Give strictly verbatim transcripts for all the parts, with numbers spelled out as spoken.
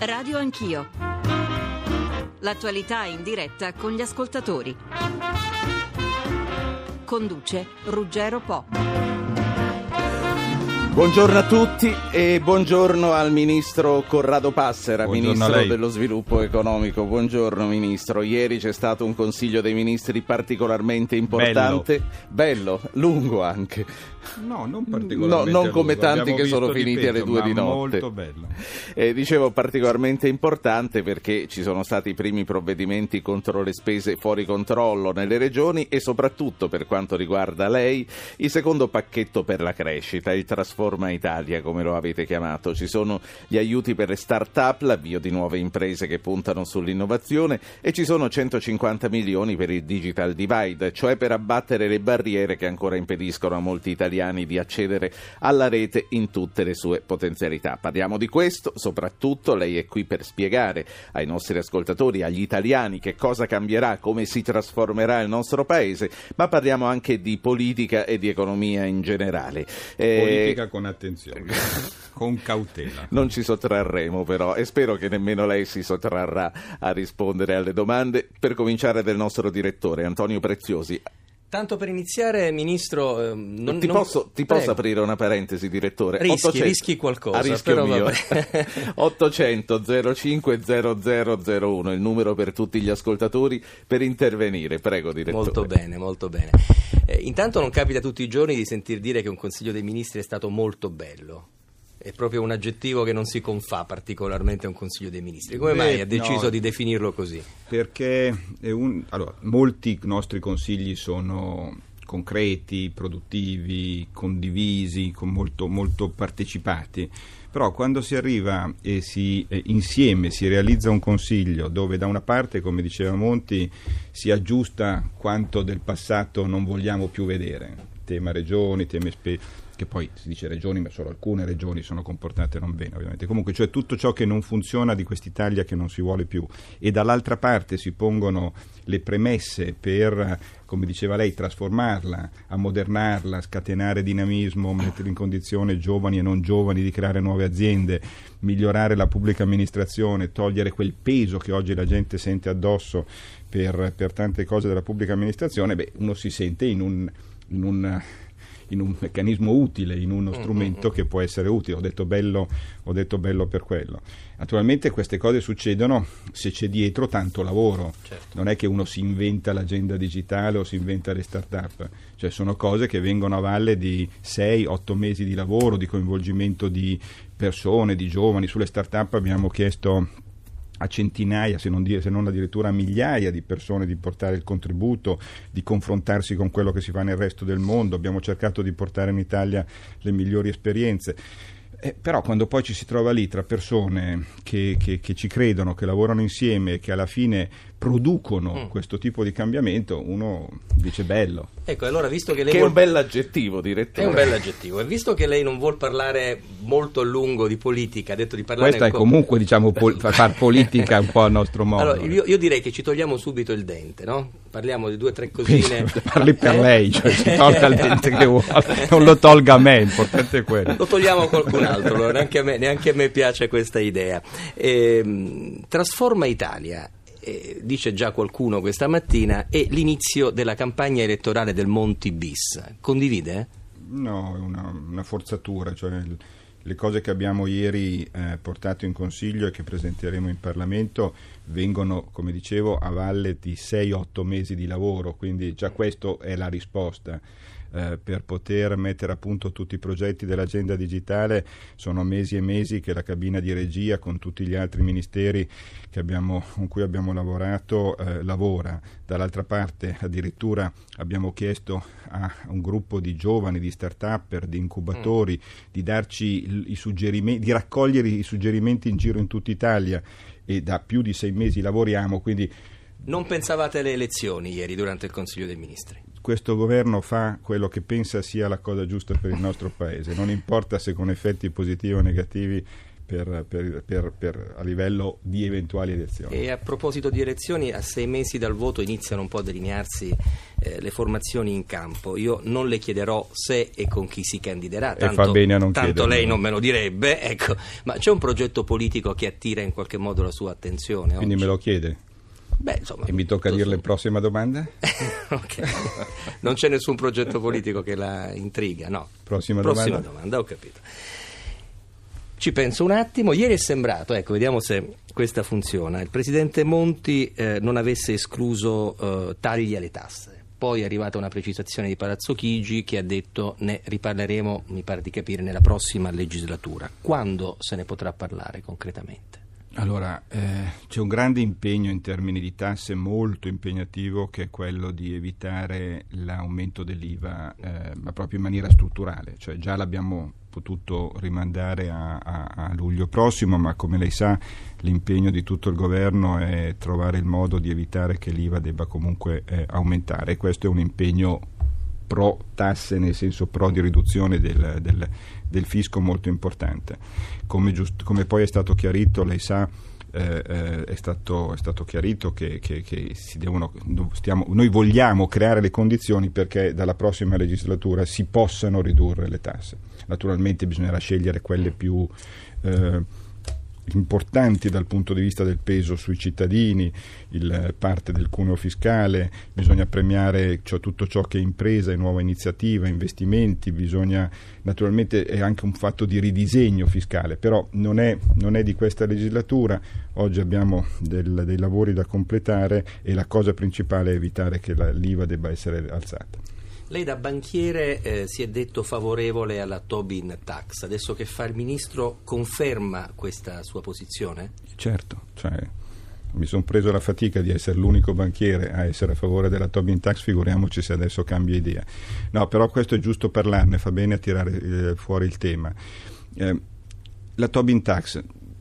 Radio Anch'io. L'attualità in diretta con gli ascoltatori. Conduce Ruggero Po. Buongiorno a tutti e buongiorno al ministro Corrado Passera, buongiorno ministro dello sviluppo economico. Buongiorno ministro, ieri c'è stato un consiglio dei ministri particolarmente importante, bello, bello lungo anche. No, non particolarmente no, non come lungo. tanti Abbiamo che sono visto, finiti ripeto, alle due di notte. Molto bello. Eh, dicevo particolarmente importante perché ci sono stati i primi provvedimenti contro le spese fuori controllo nelle regioni e soprattutto per quanto riguarda lei il secondo pacchetto per la crescita, il Trasforma Italia come lo avete chiamato. Ci sono gli aiuti per le start-up, l'avvio di nuove imprese che puntano sull'innovazione e ci sono centocinquanta milioni per il digital divide, cioè per abbattere le barriere che ancora impediscono a molti italiani di accedere alla rete in tutte le sue potenzialità. Parliamo di questo, soprattutto lei è qui per spiegare ai nostri ascoltatori, agli italiani, che cosa cambierà, come si trasformerà il nostro paese, ma parliamo anche di politica e di economia in generale. Eh... Politica con attenzione, con cautela. Non ci sottrarremo però e spero che nemmeno lei si sottrarrà a rispondere alle domande, per cominciare del nostro direttore Antonio Preziosi. Tanto per iniziare, Ministro, eh, non, ti, non... posso, ti posso aprire una parentesi, direttore? Rischi, ottocento rischi qualcosa. A rischio però mio. Vabbè. ottocento zero cinque zero zero zero uno, il numero per tutti gli ascoltatori per intervenire. Prego, direttore. Molto bene, molto bene. Eh, intanto non capita tutti i giorni di sentir dire che un Consiglio dei Ministri è stato molto bello. È proprio un aggettivo che non si confà particolarmente a un Consiglio dei Ministri. Come Beh, mai ha deciso no, di definirlo così? Perché è un, allora, molti nostri consigli sono concreti, produttivi, condivisi, con molto, molto partecipati. Però quando si arriva e si eh, insieme si realizza un consiglio dove da una parte, come diceva Monti, si aggiusta quanto del passato non vogliamo più vedere, tema regioni, tema spese, che poi si dice regioni, ma solo alcune regioni sono comportate non bene, ovviamente. Comunque, cioè tutto ciò che non funziona di quest'Italia che non si vuole più, e dall'altra parte si pongono le premesse per, come diceva lei, trasformarla, ammodernarla, scatenare dinamismo, mettere in condizione giovani e non giovani di creare nuove aziende, migliorare la pubblica amministrazione, togliere quel peso che oggi la gente sente addosso per, per tante cose della pubblica amministrazione. Beh, uno si sente in un, in un in un meccanismo utile, in uno strumento che può essere utile. Ho detto bello, ho detto bello per quello. Naturalmente queste cose succedono se c'è dietro tanto lavoro. Certo. Non è che uno si inventa l'agenda digitale o si inventa le start-up, cioè sono cose che vengono a valle di sei otto mesi di lavoro, di coinvolgimento di persone, di giovani. Sulle start-up abbiamo chiesto a centinaia, se non, dire, se non addirittura a migliaia di persone di portare il contributo, di confrontarsi con quello che si fa nel resto del mondo. Abbiamo cercato di portare in Italia le migliori esperienze. Eh, però quando poi ci si trova lì tra persone che, che, che ci credono, che lavorano insieme, che alla fine producono mm. questo tipo di cambiamento, uno dice bello. Ecco, allora visto che lei che vuol... è un bell'aggettivo, direttore. È un bell'aggettivo, e visto che lei non vuol parlare molto a lungo di politica, ha detto di parlare... Questa è co- comunque, diciamo, pol- far politica un po' a nostro modo. Allora, io, io direi che ci togliamo subito il dente, no? Parliamo di due o tre cosine. Parli per eh? lei, cioè si tolga il dente che vuole, non lo tolga a me, l'importante è quello. Lo togliamo a qualcun altro, allora, neanche, a me, neanche a me piace questa idea. Eh, Trasforma Italia, eh, dice già qualcuno questa mattina, è l'inizio della campagna elettorale del Monti bis. Condivide? No, è una, una forzatura, cioè il, le cose che abbiamo ieri eh, portato in Consiglio e che presenteremo in Parlamento vengono, come dicevo, a valle di sei otto mesi di lavoro, quindi già questo è la risposta. Eh, per poter mettere a punto tutti i progetti dell'agenda digitale sono mesi e mesi che la cabina di regia con tutti gli altri ministeri che abbiamo, con cui abbiamo lavorato eh, lavora. Dall'altra parte addirittura abbiamo chiesto a un gruppo di giovani, di start-upper, di incubatori mm. di darci i, i suggerimenti, di raccogliere i suggerimenti in giro in tutta Italia, e da più di sei mesi lavoriamo, quindi... Non pensavate alle elezioni ieri durante il Consiglio dei Ministri? Questo governo fa quello che pensa sia la cosa giusta per il nostro Paese, non importa se con effetti positivi o negativi per, per, per, per, a livello di eventuali elezioni. E a proposito di elezioni, a sei mesi dal voto iniziano un po' a delinearsi eh, le formazioni in campo. Io non le chiederò se e con chi si candiderà, tanto, e fa bene a non tanto chiederlo. Lei non me lo direbbe, ecco. Ma c'è un progetto politico che attira in qualche modo la sua attenzione? Quindi oggi? me lo chiede? Beh, insomma, e mi tocca tutto... dirle prossima domanda? Okay. Non c'è nessun progetto politico che la intriga, no? Prossima, prossima domanda? domanda, ho capito. Ci penso un attimo. Ieri è sembrato, ecco, vediamo se questa funziona, il presidente Monti eh, non avesse escluso eh, tagli alle tasse. Poi è arrivata una precisazione di Palazzo Chigi che ha detto ne riparleremo, mi pare di capire, nella prossima legislatura. Quando se ne potrà parlare concretamente? Allora, eh, c'è un grande impegno in termini di tasse molto impegnativo, che è quello di evitare l'aumento dell'I V A, eh, ma proprio in maniera strutturale, cioè già l'abbiamo potuto rimandare a, a, a luglio prossimo, ma come lei sa l'impegno di tutto il governo è trovare il modo di evitare che l'I V A debba comunque eh, aumentare, e questo è un impegno pro tasse, nel senso pro di riduzione del, del, del fisco, molto importante. Come, giust, come poi è stato chiarito, lei sa, eh, eh, è, stato, è stato chiarito che, che, che si devono, stiamo, noi vogliamo creare le condizioni perché dalla prossima legislatura si possano ridurre le tasse. Naturalmente bisognerà scegliere quelle più eh, importanti dal punto di vista del peso sui cittadini, il parte del cuneo fiscale, bisogna premiare cioè, tutto ciò che è impresa e nuova iniziativa, investimenti, bisogna naturalmente è anche un fatto di ridisegno fiscale, però non è, non è di questa legislatura, oggi abbiamo del, dei lavori da completare e la cosa principale è evitare che la, l'I V A debba essere alzata. Lei da banchiere eh, si è detto favorevole alla Tobin Tax, adesso che fa il ministro conferma questa sua posizione? Certo, cioè, mi sono preso la fatica di essere l'unico banchiere a essere a favore della Tobin Tax, figuriamoci se adesso cambia idea. No, però questo è giusto parlarne, fa bene a tirare eh, fuori il tema. Eh, la Tobin Tax,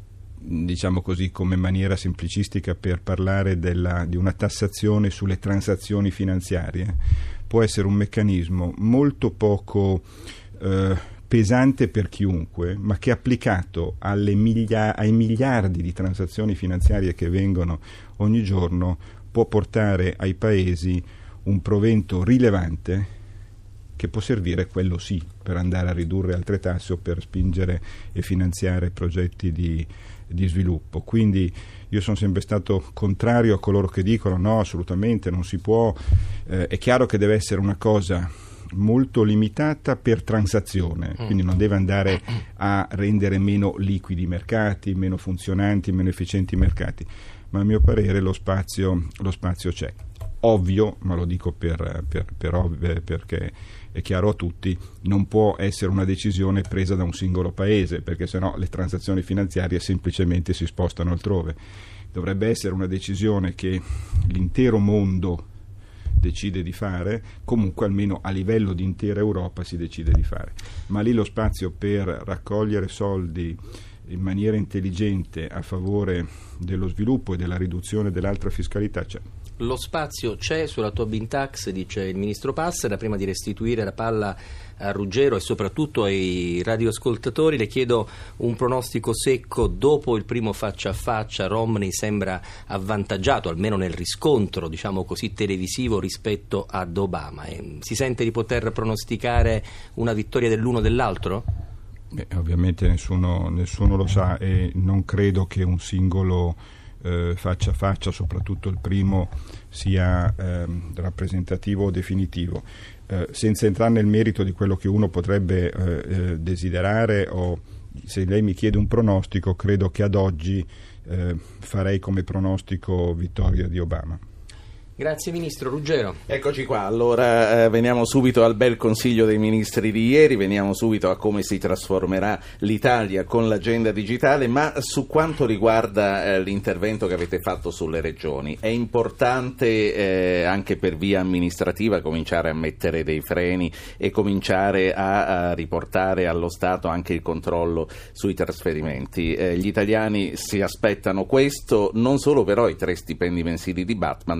diciamo così come maniera semplicistica per parlare della, di una tassazione sulle transazioni finanziarie, può essere un meccanismo molto poco eh, pesante per chiunque, ma che applicato alle miglia- ai miliardi di transazioni finanziarie che vengono ogni giorno può portare ai paesi un provento rilevante che può servire, quello sì, per andare a ridurre altre tasse o per spingere e finanziare progetti di, di sviluppo. Quindi io sono sempre stato contrario a coloro che dicono no, assolutamente non si può, eh, è chiaro che deve essere una cosa molto limitata per transazione, quindi non deve andare a rendere meno liquidi i mercati, meno funzionanti, meno efficienti i mercati, ma a mio parere lo spazio, lo spazio c'è. Ovvio, ma lo dico per, per, per ovvio, perché è chiaro a tutti, non può essere una decisione presa da un singolo paese, perché sennò le transazioni finanziarie semplicemente si spostano altrove. Dovrebbe essere una decisione che l'intero mondo decide di fare, comunque almeno a livello di intera Europa si decide di fare. Ma lì lo spazio per raccogliere soldi in maniera intelligente a favore dello sviluppo e della riduzione dell'altra fiscalità c'è. Lo spazio c'è sulla Tobin Tax, dice il ministro Passera. Prima di restituire la palla a Ruggero e soprattutto ai radioascoltatori, le chiedo un pronostico secco. Dopo il primo faccia a faccia Romney sembra avvantaggiato, almeno nel riscontro, diciamo così, televisivo rispetto ad Obama. E si sente di poter pronosticare una vittoria dell'uno o dell'altro? Beh, ovviamente nessuno, nessuno lo sa, e non credo che un singolo eh, faccia a faccia, soprattutto il primo, sia eh, rappresentativo o definitivo. Eh, senza entrare nel merito di quello che uno potrebbe eh, eh, desiderare, o se lei mi chiede un pronostico, credo che ad oggi eh, farei come pronostico vittoria di Obama. Grazie Ministro. Ruggero. Eccoci qua, allora eh, veniamo subito al bel Consiglio dei Ministri di ieri, veniamo subito a come si trasformerà l'Italia con l'agenda digitale, ma su quanto riguarda eh, l'intervento che avete fatto sulle regioni, è importante eh, anche per via amministrativa cominciare a mettere dei freni e cominciare a, a riportare allo Stato anche il controllo sui trasferimenti. Eh, gli italiani si aspettano questo, non solo però i tre stipendi mensili di Batman, ma anche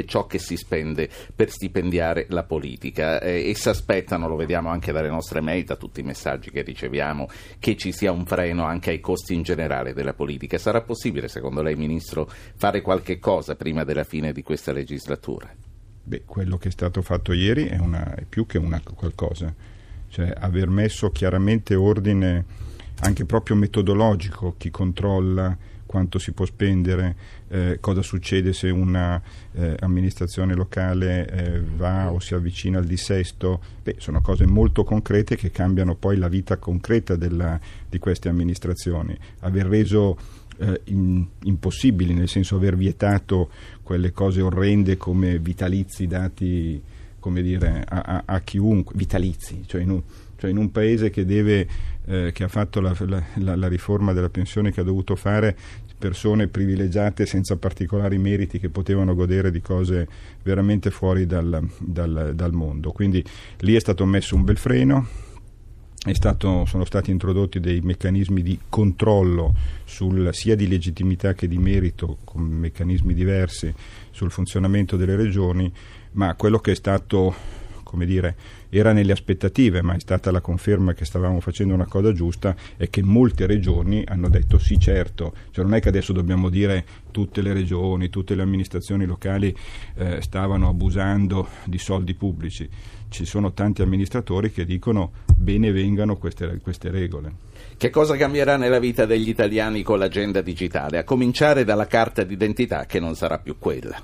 che ciò che si spende per stipendiare la politica eh, e si aspettano, lo vediamo anche dalle nostre mail, da tutti i messaggi che riceviamo, che ci sia un freno anche ai costi in generale della politica. Sarà possibile, secondo lei, Ministro, fare qualche cosa prima della fine di questa legislatura? Beh, quello che è stato fatto ieri è, una, è più che una qualcosa, cioè aver messo chiaramente ordine anche proprio metodologico, chi controlla quanto si può spendere, eh, cosa succede se una eh, amministrazione locale eh, va o si avvicina al dissesto. Beh, sono cose molto concrete che cambiano poi la vita concreta della, di queste amministrazioni. Aver reso eh, in, impossibili, nel senso aver vietato quelle cose orrende come vitalizi dati, come dire, a, a, a chiunque, vitalizi, cioè in un, cioè in un paese che deve eh, che ha fatto la, la, la riforma della pensione che ha dovuto fare, persone privilegiate senza particolari meriti che potevano godere di cose veramente fuori dal, dal, dal mondo. Quindi lì è stato messo un bel freno, è stato, sono stati introdotti dei meccanismi di controllo sul, sia di legittimità che di merito, con meccanismi diversi sul funzionamento delle regioni, ma quello che è stato, come dire, era nelle aspettative, ma è stata la conferma che stavamo facendo una cosa giusta, è che molte regioni hanno detto sì, certo, cioè non è che adesso dobbiamo dire tutte le regioni, tutte le amministrazioni locali eh, stavano abusando di soldi pubblici. Ci sono tanti amministratori che dicono bene vengano queste, queste regole. Che cosa cambierà nella vita degli italiani con l'agenda digitale? A cominciare dalla carta d'identità, che non sarà più quella.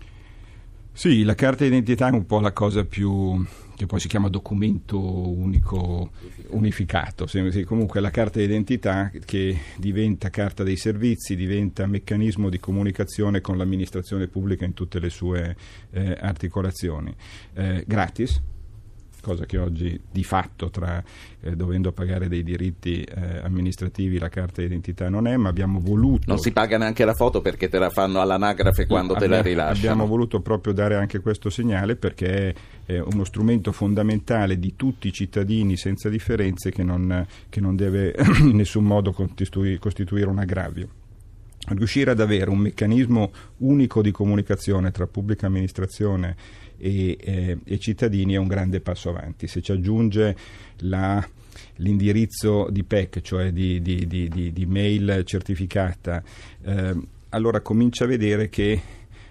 Sì, la carta d'identità è un po' la cosa più, che poi si chiama documento unico unificato, sì, comunque la carta d'identità che diventa carta dei servizi, diventa meccanismo di comunicazione con l'amministrazione pubblica in tutte le sue eh, articolazioni, eh, gratis, cosa che oggi di fatto, tra eh, dovendo pagare dei diritti eh, amministrativi, la carta d'identità non è, ma abbiamo voluto... Non si paga neanche la foto perché te la fanno all'anagrafe quando no, te la rilasciano. Abbiamo voluto proprio dare anche questo segnale perché è uno strumento fondamentale di tutti i cittadini senza differenze che non, che non deve in nessun modo costituire, costituire un aggravio. Riuscire ad avere un meccanismo unico di comunicazione tra pubblica amministrazione e, eh, e cittadini è un grande passo avanti. Se ci aggiunge la, l'indirizzo di P E C, cioè di, di, di, di, di mail certificata, eh, allora comincia a vedere che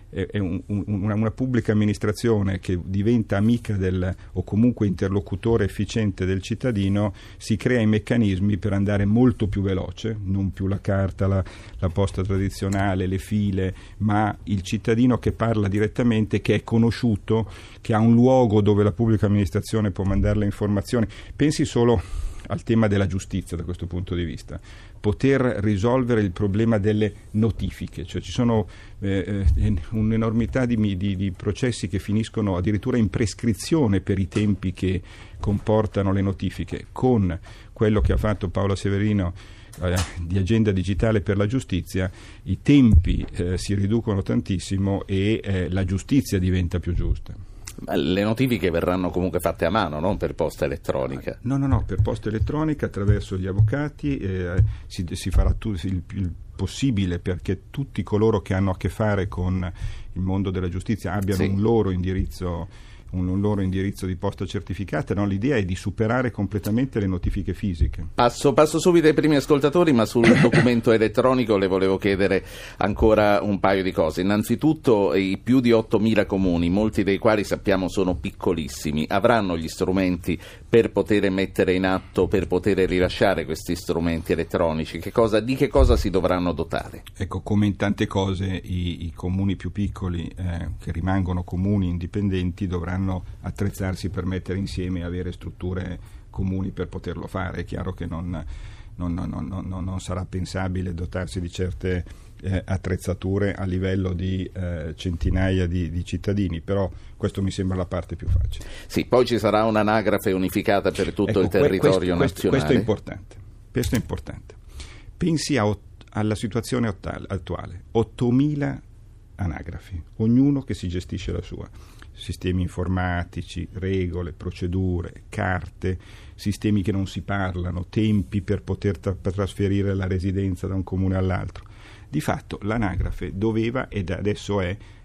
è un, un, una, una pubblica amministrazione che diventa amica del, o comunque interlocutore efficiente del cittadino, si crea i meccanismi per andare molto più veloce, non più la carta, la, la posta tradizionale, le file, ma il cittadino che parla direttamente, che è conosciuto, che ha un luogo dove la pubblica amministrazione può mandare le informazioni. Pensi solo al tema della giustizia da questo punto di vista, poter risolvere il problema delle notifiche, cioè ci sono eh, un'enormità di, di, di processi che finiscono addirittura in prescrizione per i tempi che comportano le notifiche. Con quello che ha fatto Paola Severino eh, di Agenda Digitale per la Giustizia, i tempi eh, si riducono tantissimo e eh, la giustizia diventa più giusta. Le notifiche verranno comunque fatte a mano, non per posta elettronica? No, no, no, per posta elettronica attraverso gli avvocati eh, si, si farà tu, il, il possibile perché tutti coloro che hanno a che fare con il mondo della giustizia abbiano sì. un loro indirizzo un, un loro indirizzo di posta certificata. No? L'idea è di superare completamente le notifiche fisiche. Passo, passo subito ai primi ascoltatori, ma sul documento elettronico le volevo chiedere ancora un paio di cose. Innanzitutto i più di ottomila comuni, molti dei quali sappiamo sono piccolissimi, avranno gli strumenti per poter mettere in atto, per poter rilasciare questi strumenti elettronici? Che cosa, di che cosa si dovranno dotare? Ecco, come in tante cose i, i comuni più piccoli eh, che rimangono comuni indipendenti dovranno attrezzarsi per mettere insieme e avere strutture comuni per poterlo fare. È chiaro che non, non, non, non, non sarà pensabile dotarsi di certe eh, attrezzature a livello di eh, centinaia di, di cittadini, però questo mi sembra la parte più facile. Sì, poi ci sarà un'anagrafe unificata per tutto ecco, il territorio questo, nazionale. Questo è importante. Questo è importante. Pensi a, alla situazione attuale, ottomila anagrafi, ognuno che si gestisce la sua. Sistemi informatici, regole, procedure, carte, sistemi che non si parlano, tempi per poter tra- per trasferire la residenza da un comune all'altro. Di fatto l'anagrafe doveva ed adesso è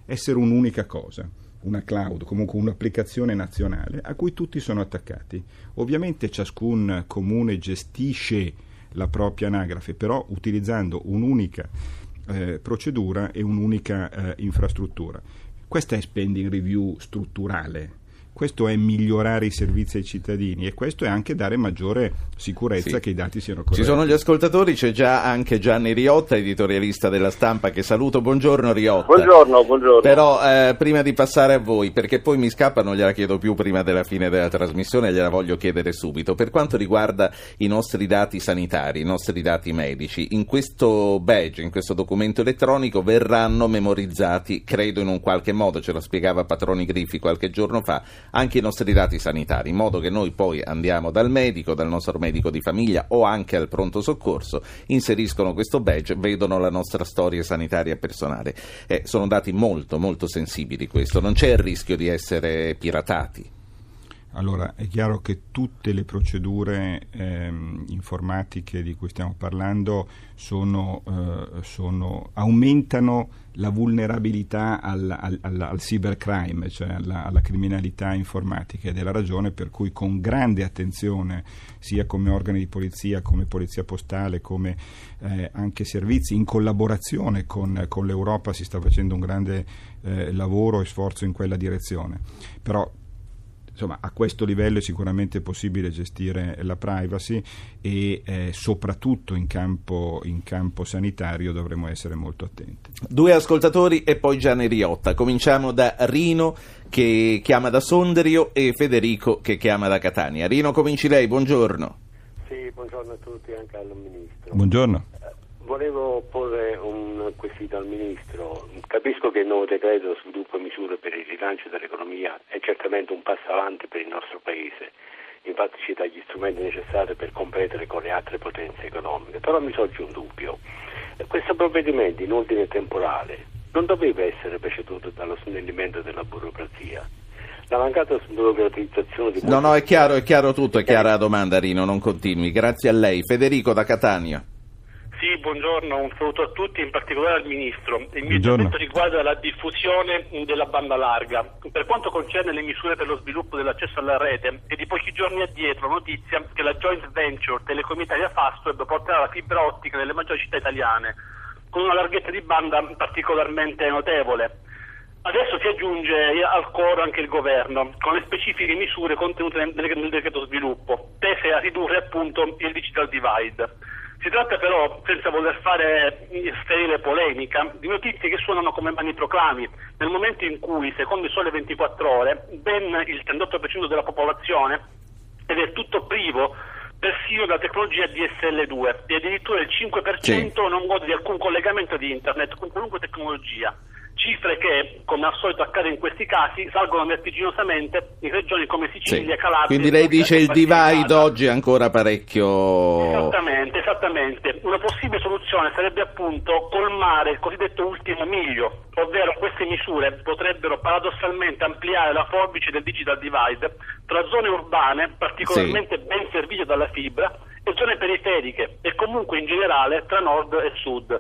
essere un'unica cosa, una cloud, comunque un'applicazione nazionale a cui tutti sono attaccati. Ovviamente ciascun comune gestisce la propria anagrafe, però utilizzando un'unica eh, procedura e un'unica eh, infrastruttura. Questa è spending review strutturale. Questo è migliorare i servizi ai cittadini e questo è anche dare maggiore sicurezza, sì, che i dati siano corretti. Ci sono gli ascoltatori, c'è già anche Gianni Riotta, editorialista della Stampa, che saluto. Buongiorno Riotta. Buongiorno, buongiorno. Però eh, prima di passare a voi, perché poi mi scappa, non gliela chiedo più prima della fine della trasmissione, gliela voglio chiedere subito. Per quanto riguarda i nostri dati sanitari, i nostri dati medici, in questo badge, in questo documento elettronico verranno memorizzati, credo in un qualche modo, ce lo spiegava Patroni Griffi qualche giorno fa, anche i nostri dati sanitari, in modo che noi poi andiamo dal medico, dal nostro medico di famiglia o anche al pronto soccorso, inseriscono questo badge, vedono la nostra storia sanitaria personale. Eh, sono dati molto molto sensibili, questo, non c'è il rischio di essere piratati? Allora, è chiaro che tutte le procedure ehm, informatiche di cui stiamo parlando sono, eh, sono, aumentano la vulnerabilità al, al, al, al cybercrime, cioè alla, alla criminalità informatica, ed è la ragione per cui con grande attenzione, sia come organi di polizia, come polizia postale, come eh, anche servizi, in collaborazione con, con l'Europa, si sta facendo un grande eh, lavoro e sforzo in quella direzione. Però insomma, a questo livello è sicuramente possibile gestire la privacy e eh, soprattutto in campo, in campo sanitario dovremo essere molto attenti. Due ascoltatori e poi Gianni Riotta. Cominciamo da Rino, che chiama da Sondrio, e Federico, che chiama da Catania. Rino, cominci lei, buongiorno. Sì, buongiorno a tutti, anche al Ministro. Buongiorno. Volevo porre un quesito al Ministro. Capisco che il nuovo decreto sviluppo e misure per il rilancio dell'economia è certamente un passo avanti per il nostro Paese, infatti ci dà gli strumenti necessari per competere con le altre potenze economiche, però mi sorge un dubbio. Questo provvedimento in ordine temporale non doveva essere preceduto dallo snellimento della burocrazia. La mancata sburocratizzazione di... No, no, è chiaro, è chiaro tutto, è chiara la domanda, Rino, non continui. Grazie a lei. Federico da Catania. Sì, buongiorno, un saluto a tutti, in particolare al Ministro. Il mio intervento riguarda la diffusione della banda larga. Per quanto concerne le misure per lo sviluppo dell'accesso alla rete, è di pochi giorni addietro notizia che la joint venture Telecom Italia Fastweb porterà la fibra ottica nelle maggiori città italiane, con una larghezza di banda particolarmente notevole. Adesso si aggiunge al coro anche il governo, con le specifiche misure contenute nel, nel decreto sviluppo, tese a ridurre appunto il digital divide. Si tratta però, senza voler fare sterile polemica, di notizie che suonano come maniproclami, nel momento in cui, secondo il Sole ventiquattro Ore, ben il trentotto per cento della popolazione è del tutto privo persino della tecnologia D S L due e addirittura il cinque per cento sì. non gode di alcun collegamento di internet con qualunque tecnologia. Cifre che, come al solito accade in questi casi, salgono vertiginosamente in regioni come Sicilia, sì. Calabria... Quindi lei dice il divide oggi è ancora parecchio... Esattamente, esattamente. Una possibile soluzione sarebbe appunto colmare il cosiddetto ultimo miglio, ovvero queste misure potrebbero paradossalmente ampliare la forbice del digital divide tra zone urbane particolarmente sì. ben servite dalla fibra e zone periferiche e comunque in generale tra nord e sud.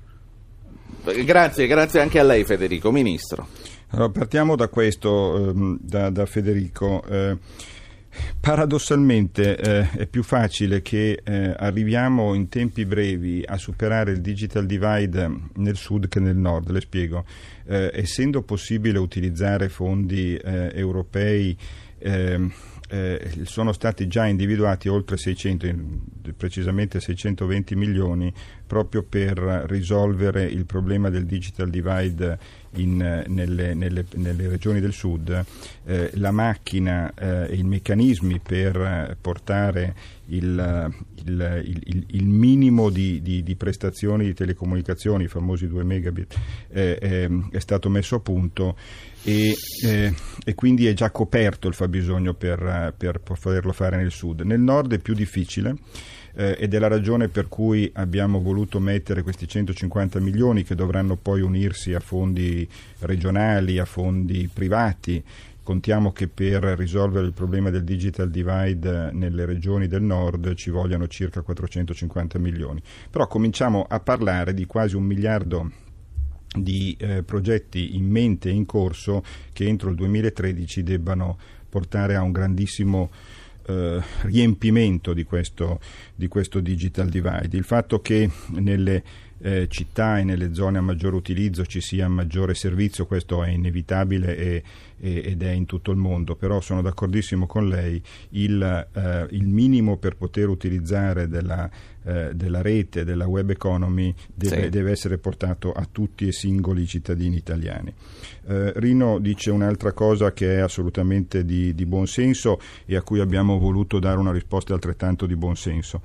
Grazie, grazie anche a lei Federico. Ministro. Allora, partiamo da questo, ehm, da, da Federico. Eh, paradossalmente eh, è più facile che eh, arriviamo in tempi brevi a superare il digital divide nel sud che nel nord, le spiego. Eh, essendo possibile utilizzare fondi eh, europei, eh, Eh, sono stati già individuati oltre seicento, precisamente seicentoventi milioni, proprio per risolvere il problema del digital divide in, nelle, nelle, nelle regioni del sud. Eh, la macchina e eh, i meccanismi per portare il, il, il, il minimo di, di, di prestazioni di telecomunicazioni, i famosi due megabit, eh, eh, è stato messo a punto. E, eh, e quindi è già coperto il fabbisogno per, per poterlo fare nel sud. Nel nord è più difficile eh, ed è la ragione per cui abbiamo voluto mettere questi centocinquanta milioni che dovranno poi unirsi a fondi regionali, a fondi privati. Contiamo che per risolvere il problema del digital divide nelle regioni del nord ci vogliano circa quattrocentocinquanta milioni. Però cominciamo a parlare di quasi un miliardo di eh, progetti in mente e in corso che entro il duemilatredici debbano portare a un grandissimo eh, riempimento di questo, di questo digital divide. Il fatto che nelle eh, città e nelle zone a maggior utilizzo ci sia maggiore servizio, questo è inevitabile e, e, ed è in tutto il mondo, però sono d'accordissimo con lei, il, eh, il minimo per poter utilizzare della Eh, della rete, della web economy deve, sì. deve essere portato a tutti e singoli cittadini italiani. Eh, Rino dice un'altra cosa che è assolutamente di, di buon senso e a cui abbiamo voluto dare una risposta altrettanto di buon senso.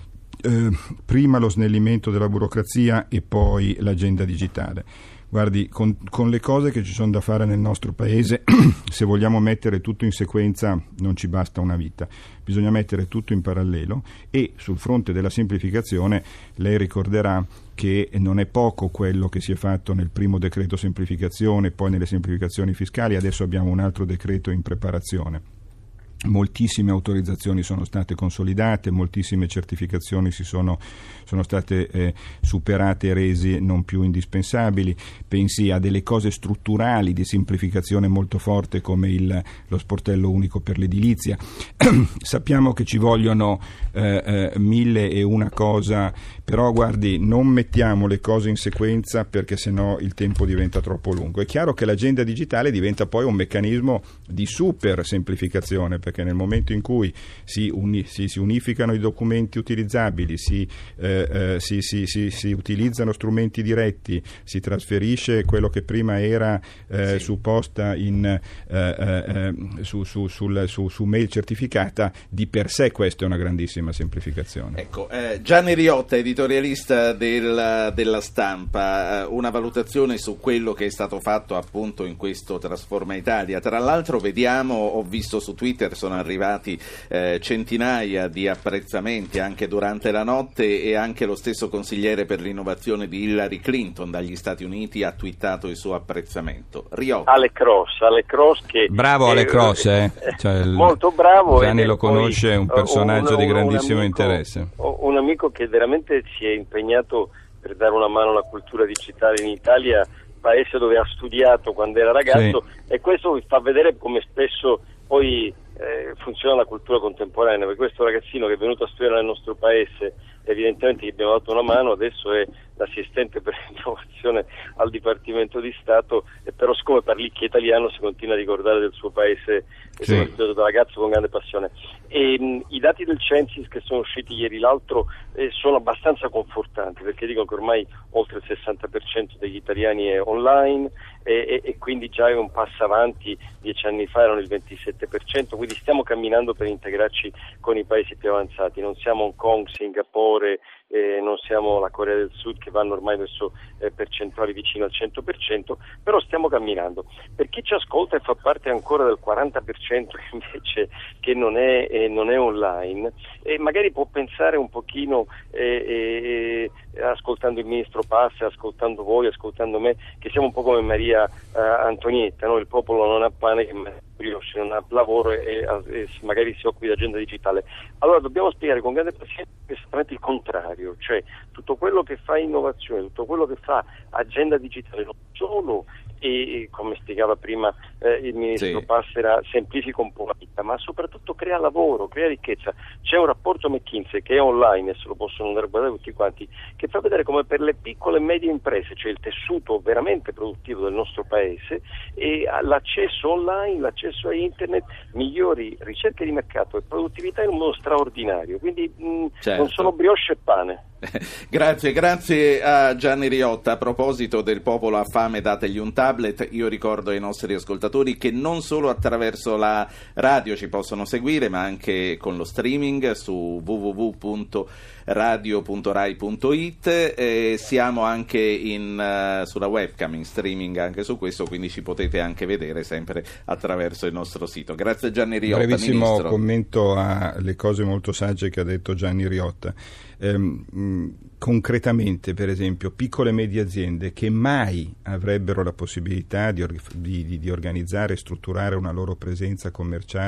Eh, prima lo snellimento della burocrazia e poi l'agenda digitale. Guardi, con, con le cose che ci sono da fare nel nostro paese, se vogliamo mettere tutto in sequenza non ci basta una vita, bisogna mettere tutto in parallelo e sul fronte della semplificazione lei ricorderà che non è poco quello che si è fatto nel primo decreto semplificazione, poi nelle semplificazioni fiscali, adesso abbiamo un altro decreto in preparazione. Moltissime autorizzazioni sono state consolidate, moltissime certificazioni si sono, sono state eh, superate e rese non più indispensabili. Pensi a delle cose strutturali di semplificazione molto forte come il, lo sportello unico per l'edilizia. Sappiamo che ci vogliono eh, eh, mille e una cosa, però guardi, non mettiamo le cose in sequenza perché sennò il tempo diventa troppo lungo. È chiaro che l'agenda digitale diventa poi un meccanismo di super semplificazione, perché nel momento in cui si, uni, si, si unificano i documenti utilizzabili, si, eh, eh, si, si, si, si utilizzano strumenti diretti, si trasferisce quello che prima era eh, sì. su posta in, eh, eh, su, su, sul, su, su mail certificata, di per sé questa è una grandissima semplificazione. Ecco, eh, Gianni Riotta, editorialista del, della Stampa, eh, una valutazione su quello che è stato fatto appunto in questo Trasforma Italia. Tra l'altro vediamo, ho visto su Twitter, sono arrivati eh, centinaia di apprezzamenti anche durante la notte e anche lo stesso consigliere per l'innovazione di Hillary Clinton dagli Stati Uniti ha twittato il suo apprezzamento. Riotta. Ale Cross, Ale Cross che bravo Ale Cross, eh? Cioè, molto bravo. Gianni lo conosce, è un personaggio un, di grandissimo un amico, interesse. Un amico che veramente si è impegnato per dare una mano alla cultura digitale in Italia, paese dove ha studiato quando era ragazzo, sì. E questo vi fa vedere come spesso poi eh, funziona la cultura contemporanea, perché questo ragazzino che è venuto a studiare nel nostro paese, evidentemente gli abbiamo dato una mano, adesso è l'assistente per l'innovazione al Dipartimento di Stato, e però siccome parlicchia italiano si continua a ricordare del suo paese, sì. È stato da ragazzo con grande passione. E, mh, i dati del Censis che sono usciti ieri l'altro eh, sono abbastanza confortanti, perché dicono che ormai oltre il sessanta per cento degli italiani è online e, e, e quindi già è un passo avanti. Dieci anni fa erano il ventisette per cento, quindi stiamo camminando per integrarci con i paesi più avanzati. Non siamo Hong Kong, Singapore, eh, non siamo la Corea del Sud che vanno ormai verso eh, percentuali vicino al cento per cento, però stiamo camminando. Per chi ci ascolta e fa parte ancora del quaranta per cento invece che non è, eh, non è online, e eh, magari può pensare un pochino eh, eh, ascoltando il ministro Passi, ascoltando voi, ascoltando me, che siamo un po' come Maria eh, Antonietta, no? Il popolo non ha pane che brioche, non ha lavoro e, e, e magari si occupi di agenda digitale. Allora dobbiamo spiegare con grande pazienza esattamente il contrario, cioè tutto quello che fa innovazione, tutto quello che fa agenda digitale, non solo, e come spiegava prima eh, il ministro sì. Passera, semplifica un po' la vita, ma soprattutto crea lavoro, crea ricchezza. C'è un rapporto McKinsey che è online e se lo possono andare a guardare tutti quanti, che fa vedere come per le piccole e medie imprese, cioè il tessuto veramente produttivo del nostro paese, e l'accesso online, l'accesso a internet, migliori ricerche di mercato e produttività in un modo straordinario. Quindi mh, certo. non sono brioche e pane. Grazie, grazie a Gianni Riotta. A proposito del popolo ha fame, dategli un tablet. Io ricordo ai nostri ascoltatori che non solo attraverso la radio ci possono seguire, ma anche con lo streaming su w w w punto radio punto rai punto it. Eh, siamo anche in, uh, sulla webcam, in streaming anche su questo, quindi ci potete anche vedere sempre attraverso il nostro sito. Grazie Gianni Riotta. Brevissimo Ministro. Commento alle cose molto sagge che ha detto Gianni Riotta. Ehm, mh, concretamente, per esempio, piccole e medie aziende che mai avrebbero la possibilità di, or- di, di, di organizzare e strutturare una loro presenza commerciale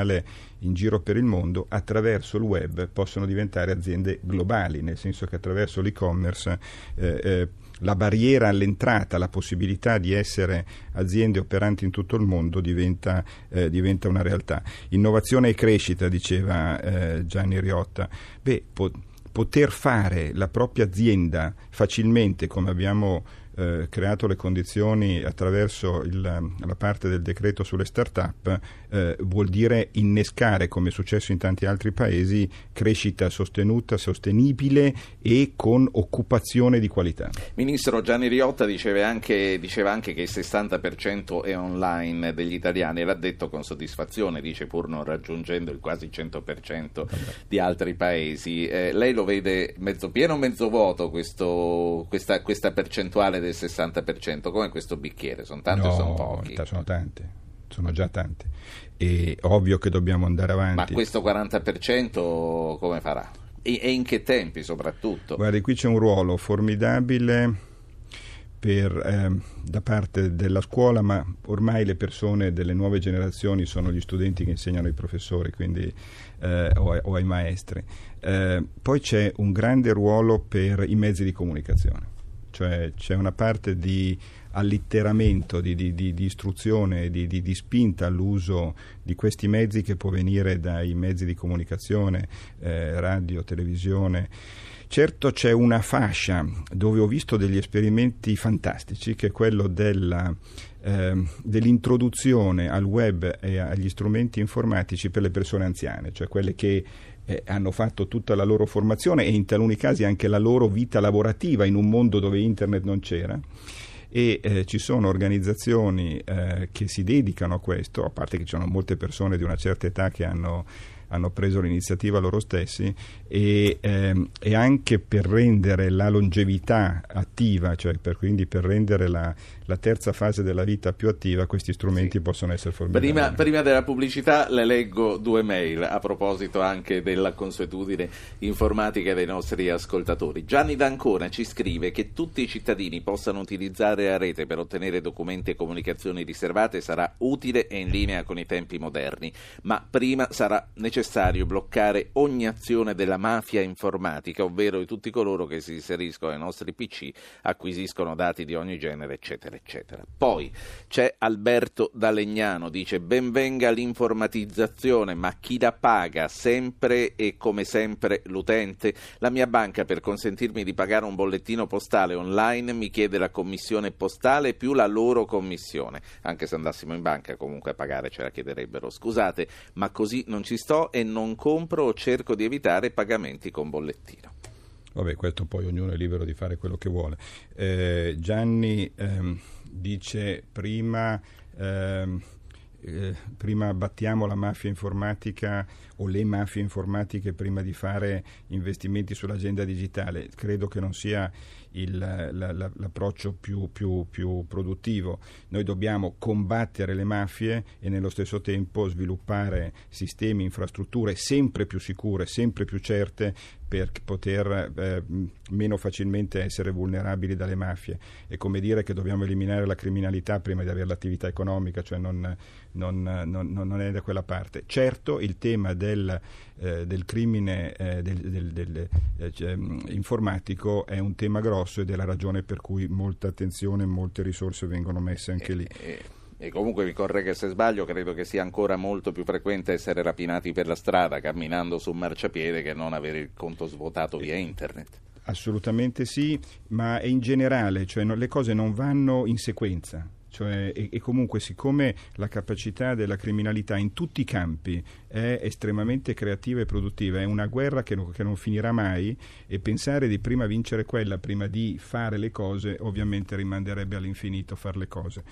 digitale in giro per il mondo, attraverso il web possono diventare aziende globali, nel senso che attraverso l'e-commerce eh, eh, la barriera all'entrata, la possibilità di essere aziende operanti in tutto il mondo diventa, eh, diventa una realtà. Innovazione e crescita, diceva eh, Gianni Riotta. Beh, po- poter fare la propria azienda facilmente, come abbiamo eh, creato le condizioni attraverso il, la parte del decreto sulle start-up, eh, vuol dire innescare, come è successo in tanti altri paesi, crescita sostenuta, sostenibile e con occupazione di qualità. Ministro, Gianni Riotta diceva anche, diceva anche che il sessanta per cento è online degli italiani, l'ha detto con soddisfazione, dice, pur non raggiungendo il quasi cento per cento di altri paesi. Eh, lei lo vede mezzo pieno o mezzo vuoto questo, questa, questa percentuale del sessanta per cento? Come questo bicchiere? Sono tante no, o sono pochi? Sono tante, sono già tante. È ovvio che dobbiamo andare avanti. Ma questo quaranta per cento come farà? E, e in che tempi soprattutto? Guardi, qui c'è un ruolo formidabile per, eh, da parte della scuola, ma ormai le persone delle nuove generazioni sono gli studenti che insegnano ai professori, quindi, eh, o, ai, o ai maestri. Eh, poi c'è un grande ruolo per i mezzi di comunicazione. Cioè c'è una parte di allitteramento, di, di, di, di istruzione, di, di, di spinta all'uso di questi mezzi che può venire dai mezzi di comunicazione, eh, radio, televisione. Certo c'è una fascia dove ho visto degli esperimenti fantastici, che è quello della, eh, dell'introduzione al web e agli strumenti informatici per le persone anziane, cioè quelle che Eh, hanno fatto tutta la loro formazione e in taluni casi anche la loro vita lavorativa in un mondo dove internet non c'era, e eh, ci sono organizzazioni eh, che si dedicano a questo, a parte che ci sono molte persone di una certa età che hanno, hanno preso l'iniziativa loro stessi, e, ehm, e anche per rendere la longevità attiva, cioè per, quindi per rendere la, la terza fase della vita più attiva, questi strumenti sì. possono essere formidabili. Prima, prima della pubblicità le leggo due mail a proposito anche della consuetudine informatica dei nostri ascoltatori. Gianni D'Ancona ci scrive che tutti i cittadini possano utilizzare la rete per ottenere documenti e comunicazioni riservate sarà utile e in linea con i tempi moderni, ma prima sarà necessario bloccare ogni azione della mafia informatica, ovvero di tutti coloro che si inseriscono ai nostri P C, acquisiscono dati di ogni genere, eccetera, eccetera. Poi c'è Alberto da Legnano, dice: ben venga l'informatizzazione, ma chi la paga? Sempre e come sempre l'utente? La mia banca, per consentirmi di pagare un bollettino postale online, mi chiede la commissione postale più la loro commissione. Anche se andassimo in banca comunque a pagare ce la chiederebbero. Scusate, ma così non ci sto e non compro o cerco di evitare pagamenti con bollettino. Vabbè, questo poi ognuno è libero di fare quello che vuole. Eh, Gianni ehm, dice prima, ehm, eh, prima battiamo la mafia informatica o le mafie informatiche prima di fare investimenti sull'agenda digitale. Credo che non sia il, la, la, l'approccio più, più, più produttivo. Noi dobbiamo combattere le mafie e nello stesso tempo sviluppare sistemi, infrastrutture sempre più sicure, sempre più certe, per poter eh, meno facilmente essere vulnerabili dalle mafie. È come dire che dobbiamo eliminare la criminalità prima di avere l'attività economica, cioè non, non, non, non è da quella parte. Certo, il tema del, eh, del crimine eh, del, del, del, eh, cioè, informatico è un tema grosso ed è la ragione per cui molta attenzione e molte risorse vengono messe anche lì. E comunque mi corregga se sbaglio, credo che sia ancora molto più frequente essere rapinati per la strada camminando su un marciapiede che non avere il conto svuotato via internet. Assolutamente sì, ma in generale, cioè no, le cose non vanno in sequenza. Cioè, e, e comunque siccome la capacità della criminalità in tutti i campi è estremamente creativa e produttiva, è una guerra che, no, che non finirà mai, e pensare di prima vincere quella prima di fare le cose ovviamente rimanderebbe all'infinito fare le cose.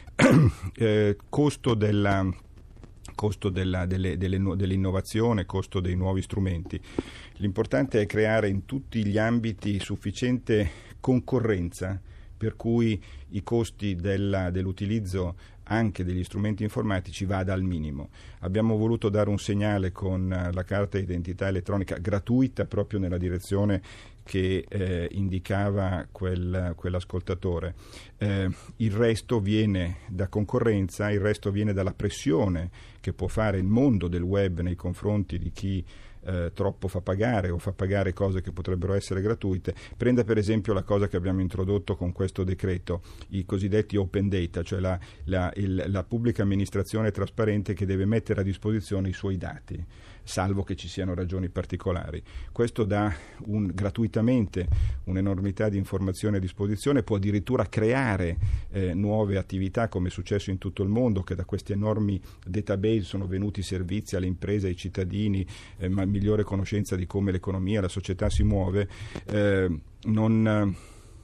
eh, costo della costo della, delle, delle, dell'innovazione, costo dei nuovi strumenti. L'importante è creare in tutti gli ambiti sufficiente concorrenza per cui i costi della, dell'utilizzo anche degli strumenti informatici vada al minimo. Abbiamo voluto dare un segnale con la carta d'identità elettronica gratuita proprio nella direzione che eh, indicava quel, quell'ascoltatore. Eh, il resto viene da concorrenza, il resto viene dalla pressione che può fare il mondo del web nei confronti di chi eh, troppo fa pagare o fa pagare cose che potrebbero essere gratuite. Prenda per esempio la cosa che abbiamo introdotto con questo decreto, i cosiddetti open data, cioè la, la, il, la pubblica amministrazione trasparente che deve mettere a disposizione i suoi dati, salvo che ci siano ragioni particolari. Questo dà un, gratuitamente un'enormità di informazioni a disposizione, può addirittura creare eh, nuove attività, come è successo in tutto il mondo, che da questi enormi database sono venuti servizi alle imprese, ai cittadini, eh, ma migliore conoscenza di come l'economia, la società si muove. Eh, non...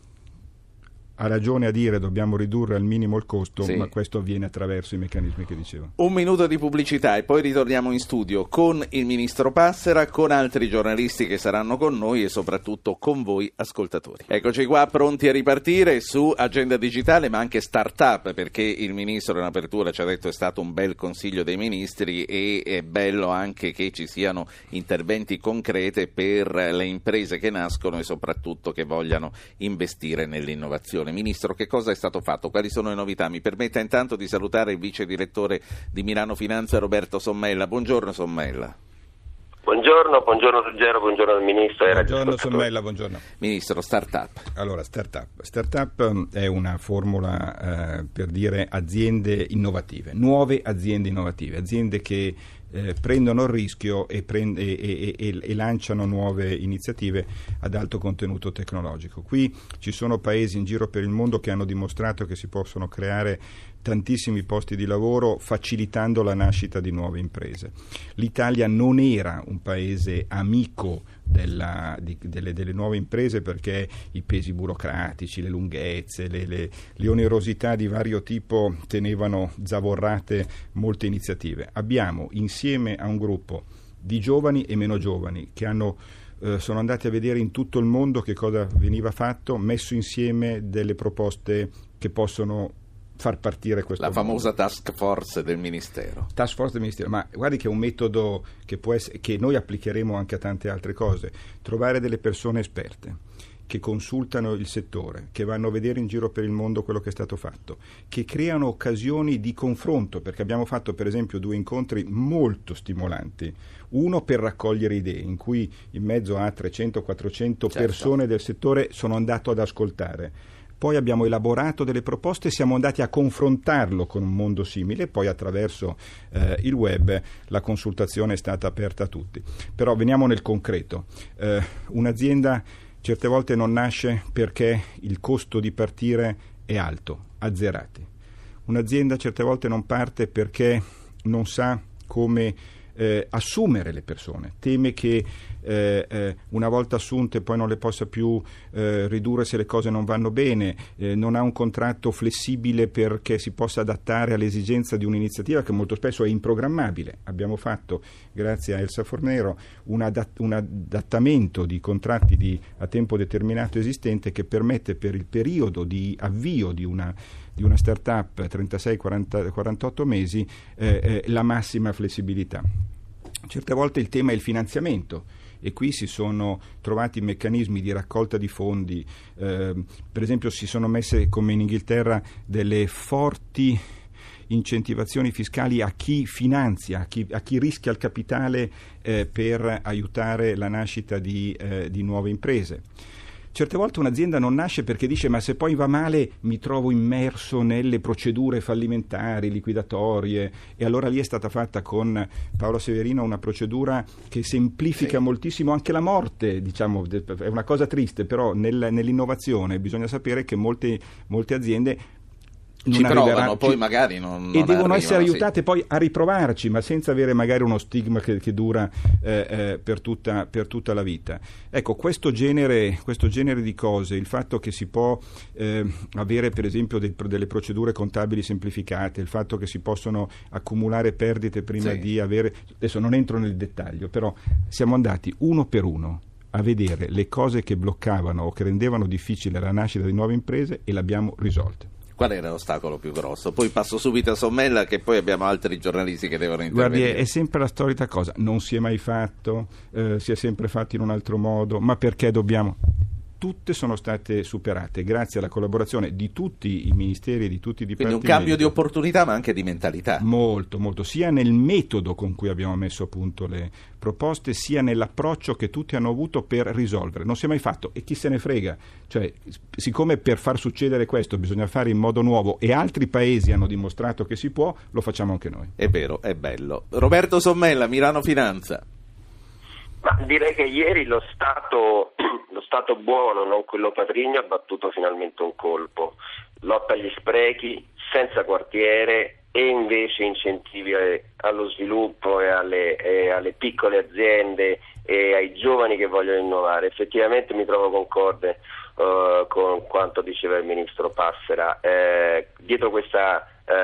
Ha ragione a dire dobbiamo ridurre al minimo il costo, sì. Ma questo avviene attraverso i meccanismi che dicevo. Un minuto di pubblicità e poi ritorniamo in studio con il ministro Passera, con altri giornalisti che saranno con noi e soprattutto con voi ascoltatori. Eccoci qua pronti a ripartire su Agenda Digitale, ma anche Startup, perché il ministro in apertura ci ha detto è stato un bel consiglio dei ministri e è bello anche che ci siano interventi concreti per le imprese che nascono e soprattutto che vogliano investire nell'innovazione. Ministro, che cosa è stato fatto? Quali sono le novità? Mi permetta intanto di salutare il vice direttore di Milano Finanza, Roberto Sommella. Buongiorno Sommella. Buongiorno, buongiorno Ruggero, buongiorno al Ministro. Buongiorno Sommella, buongiorno. Ministro, Startup. Allora, Startup. Startup è una formula eh, per dire aziende innovative, nuove aziende innovative, aziende che Eh, prendono il rischio e, prend- e, e, e, e lanciano nuove iniziative ad alto contenuto tecnologico. Qui ci sono paesi in giro per il mondo che hanno dimostrato che si possono creare tantissimi posti di lavoro facilitando la nascita di nuove imprese. L'Italia non era un paese amico della, di, delle, delle nuove imprese perché i pesi burocratici, le lunghezze, le, le, le onerosità di vario tipo tenevano zavorrate molte iniziative. Abbiamo insieme a un gruppo di giovani e meno giovani che hanno eh, sono andati a vedere in tutto il mondo che cosa veniva fatto, messo insieme delle proposte che possono far partire questo la famosa mondo. task force del Ministero. Task force del Ministero, ma guardi che è un metodo che può essere, che noi applicheremo anche a tante altre cose. Trovare delle persone esperte che consultano il settore, che vanno a vedere in giro per il mondo quello che è stato fatto, che creano occasioni di confronto, perché abbiamo fatto per esempio due incontri molto stimolanti, uno per raccogliere idee, in cui in mezzo a trecento quattrocento certo. persone del settore sono andato ad ascoltare. Poi abbiamo elaborato delle proposte e siamo andati a confrontarlo con un mondo simile, poi attraverso eh, il web la consultazione è stata aperta a tutti. Però veniamo nel concreto. Eh, un'azienda certe volte non nasce perché il costo di partire è alto, azzerati. Un'azienda certe volte non parte perché non sa come eh, assumere le persone, teme che eh, eh, una volta assunte poi non le possa più eh, ridurre se le cose non vanno bene, eh, non ha un contratto flessibile perché si possa adattare all'esigenza di un'iniziativa che molto spesso è improgrammabile. Abbiamo fatto, grazie a Elsa Fornero, un, adatt- un adattamento di contratti di, a tempo determinato esistente che permette per il periodo di avvio di una di una startup trentasei quarantotto mesi eh, eh, la massima flessibilità. Certe volte il tema è il finanziamento e qui si sono trovati meccanismi di raccolta di fondi, eh, per esempio si sono messe come in Inghilterra delle forti incentivazioni fiscali a chi finanzia, a chi, a chi rischia il capitale eh, per aiutare la nascita di, eh, di nuove imprese. Certe volte un'azienda non nasce perché dice ma se poi va male mi trovo immerso nelle procedure fallimentari, liquidatorie, e allora lì è stata fatta con Paolo Severino una procedura che semplifica sì. moltissimo anche la morte, diciamo, è una cosa triste, però nel, nell'innovazione bisogna sapere che molte, molte aziende non ci provano, arriverà, poi ci, magari non, non e devono arrivano, essere aiutate sì. poi a riprovarci, ma senza avere magari uno stigma che, che dura eh, eh, per, tutta, per tutta la vita. Ecco, questo genere, questo genere di cose, il fatto che si può eh, avere per esempio de, delle procedure contabili semplificate, il fatto che si possono accumulare perdite prima sì. di avere, adesso non entro nel dettaglio, però siamo andati uno per uno a vedere le cose che bloccavano o che rendevano difficile la nascita di nuove imprese e l'abbiamo risolte. Qual era l'ostacolo più grosso? Poi passo subito a Sommella, che poi abbiamo altri giornalisti che devono intervenire. Guardi, è sempre la solita cosa, non si è mai fatto, eh, si è sempre fatto in un altro modo, ma perché dobbiamo... Tutte sono state superate grazie alla collaborazione di tutti i ministeri e di tutti i dipartimenti. Quindi un cambio di opportunità, ma anche di mentalità. Molto, molto, sia nel metodo con cui abbiamo messo a punto le proposte, sia nell'approccio che tutti hanno avuto per risolvere. Non si è mai fatto, e chi se ne frega. Cioè, siccome per far succedere questo bisogna fare in modo nuovo e altri paesi hanno dimostrato che si può, lo facciamo anche noi. È vero, è bello. Roberto Sommella, Milano Finanza. Ma direi che ieri lo Stato, lo Stato buono, non quello patrigno, ha battuto finalmente un colpo. Lotta agli sprechi, senza quartiere e invece incentivi allo sviluppo e alle, e alle piccole aziende e ai giovani che vogliono innovare. Effettivamente mi trovo concorde uh, con quanto diceva il ministro Passera. Eh, dietro questa,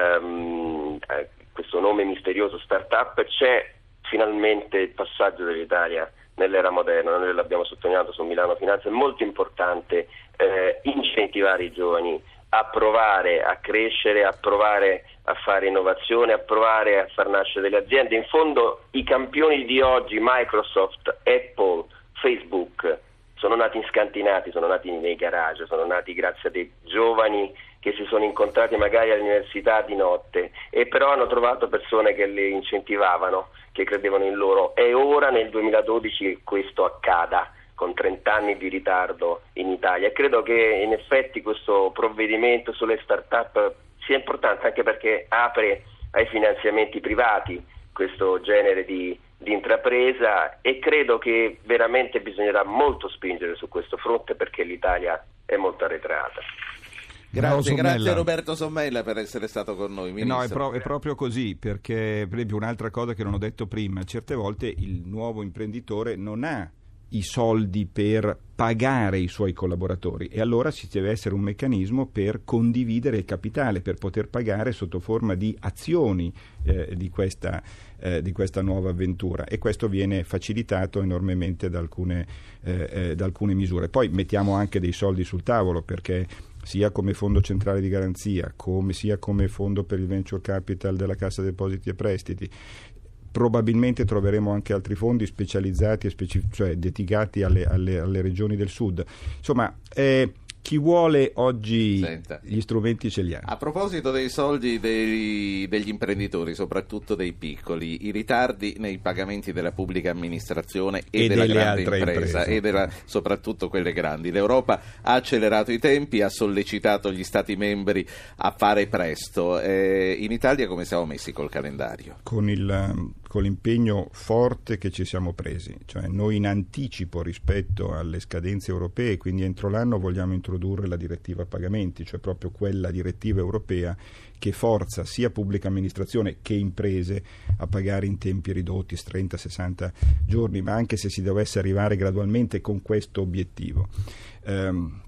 um, eh, questo nome misterioso startup c'è finalmente il passaggio dell'Italia nell'era moderna. Noi l'abbiamo sottolineato su Milano Finanza, è molto importante eh, incentivare i giovani a provare a crescere, a provare a fare innovazione, a provare a far nascere delle aziende. In fondo i campioni di oggi, Microsoft, Apple, Facebook, sono nati scantinati, sono nati nei garage, sono nati grazie a dei giovani che si sono incontrati magari all'università di notte e però hanno trovato persone che li incentivavano, che credevano in loro. È ora nel duemiladodici che questo accada, con trent'anni di ritardo in Italia, e credo che in effetti questo provvedimento sulle start-up sia importante anche perché apre ai finanziamenti privati questo genere di, di intrapresa, e credo che veramente bisognerà molto spingere su questo fronte perché l'Italia è molto arretrata. Grazie, grazie Roberto Sommella per essere stato con noi, Ministro. No, è, pro- è proprio così, perché per esempio un'altra cosa che non ho detto prima, certe volte il nuovo imprenditore non ha i soldi per pagare i suoi collaboratori e allora ci deve essere un meccanismo per condividere il capitale, per poter pagare sotto forma di azioni eh, di, questa, eh, di questa nuova avventura, e questo viene facilitato enormemente da alcune, eh, eh, da alcune misure. Poi mettiamo anche dei soldi sul tavolo, perché sia come fondo centrale di garanzia, come, sia come fondo per il venture capital della Cassa Depositi e Prestiti, probabilmente troveremo anche altri fondi specializzati e specific- cioè dedicati alle, alle, alle regioni del sud. Insomma, eh, chi vuole oggi Senta. gli strumenti ce li ha. A proposito dei soldi dei, degli imprenditori, soprattutto dei piccoli, i ritardi nei pagamenti della pubblica amministrazione e, e della grande impresa e della, soprattutto quelle grandi. L'Europa ha accelerato i tempi, ha sollecitato gli Stati membri a fare presto. Eh, in Italia come siamo messi col calendario? Con il con l'impegno forte che ci siamo presi, cioè noi in anticipo rispetto alle scadenze europee, quindi entro l'anno vogliamo introdurre la direttiva pagamenti, cioè proprio quella direttiva europea che forza sia pubblica amministrazione che imprese a pagare in tempi ridotti, trenta sessanta giorni, ma anche se si dovesse arrivare gradualmente con questo obiettivo, ehm,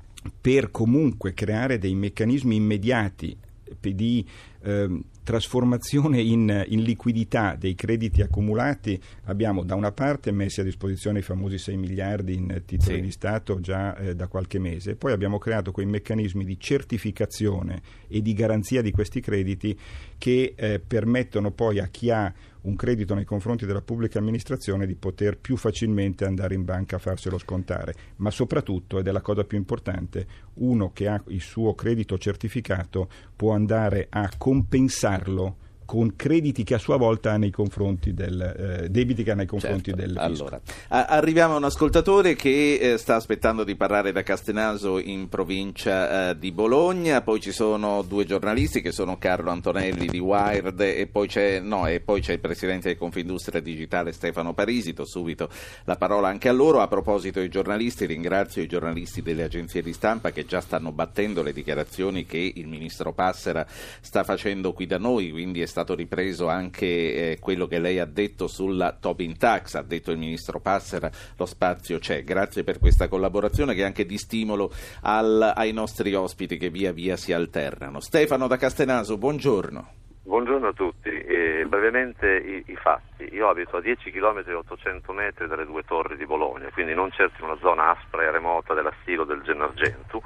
per comunque creare dei meccanismi immediati di eh, trasformazione in, in liquidità dei crediti accumulati. Abbiamo da una parte messi a disposizione i famosi sei miliardi in titoli sì. di Stato già eh, da qualche mese, poi abbiamo creato quei meccanismi di certificazione e di garanzia di questi crediti che eh, permettono poi a chi ha un credito nei confronti della pubblica amministrazione di poter più facilmente andare in banca a farselo scontare, ma soprattutto, ed è la cosa più importante, uno che ha il suo credito certificato può andare a compensarlo con crediti che a sua volta ha nei confronti del eh, debiti che ha nei confronti certo. del fisco. Allora, a- arriviamo a un ascoltatore che eh, sta aspettando di parlare da Castenaso in provincia eh, di Bologna, poi ci sono due giornalisti che sono Carlo Antonelli di Wired e poi c'è no e poi c'è il presidente di Confindustria Digitale Stefano Parisi. Do subito la parola anche a loro. A proposito dei giornalisti, ringrazio i giornalisti delle agenzie di stampa che già stanno battendo le dichiarazioni che il ministro Passera sta facendo qui da noi, quindi è stato ripreso anche eh, quello che lei ha detto sulla Tobin Tax. Ha detto il ministro Passera, lo spazio c'è. Grazie per questa collaborazione che è anche di stimolo al, ai nostri ospiti che via via si alternano. Stefano da Castenaso, buongiorno. Buongiorno a tutti. Eh, brevemente i, i fatti. Io abito a dieci chilometri e ottocento metri dalle due torri di Bologna, quindi non certo in una zona aspra e remota della Stilo del Gennargentu.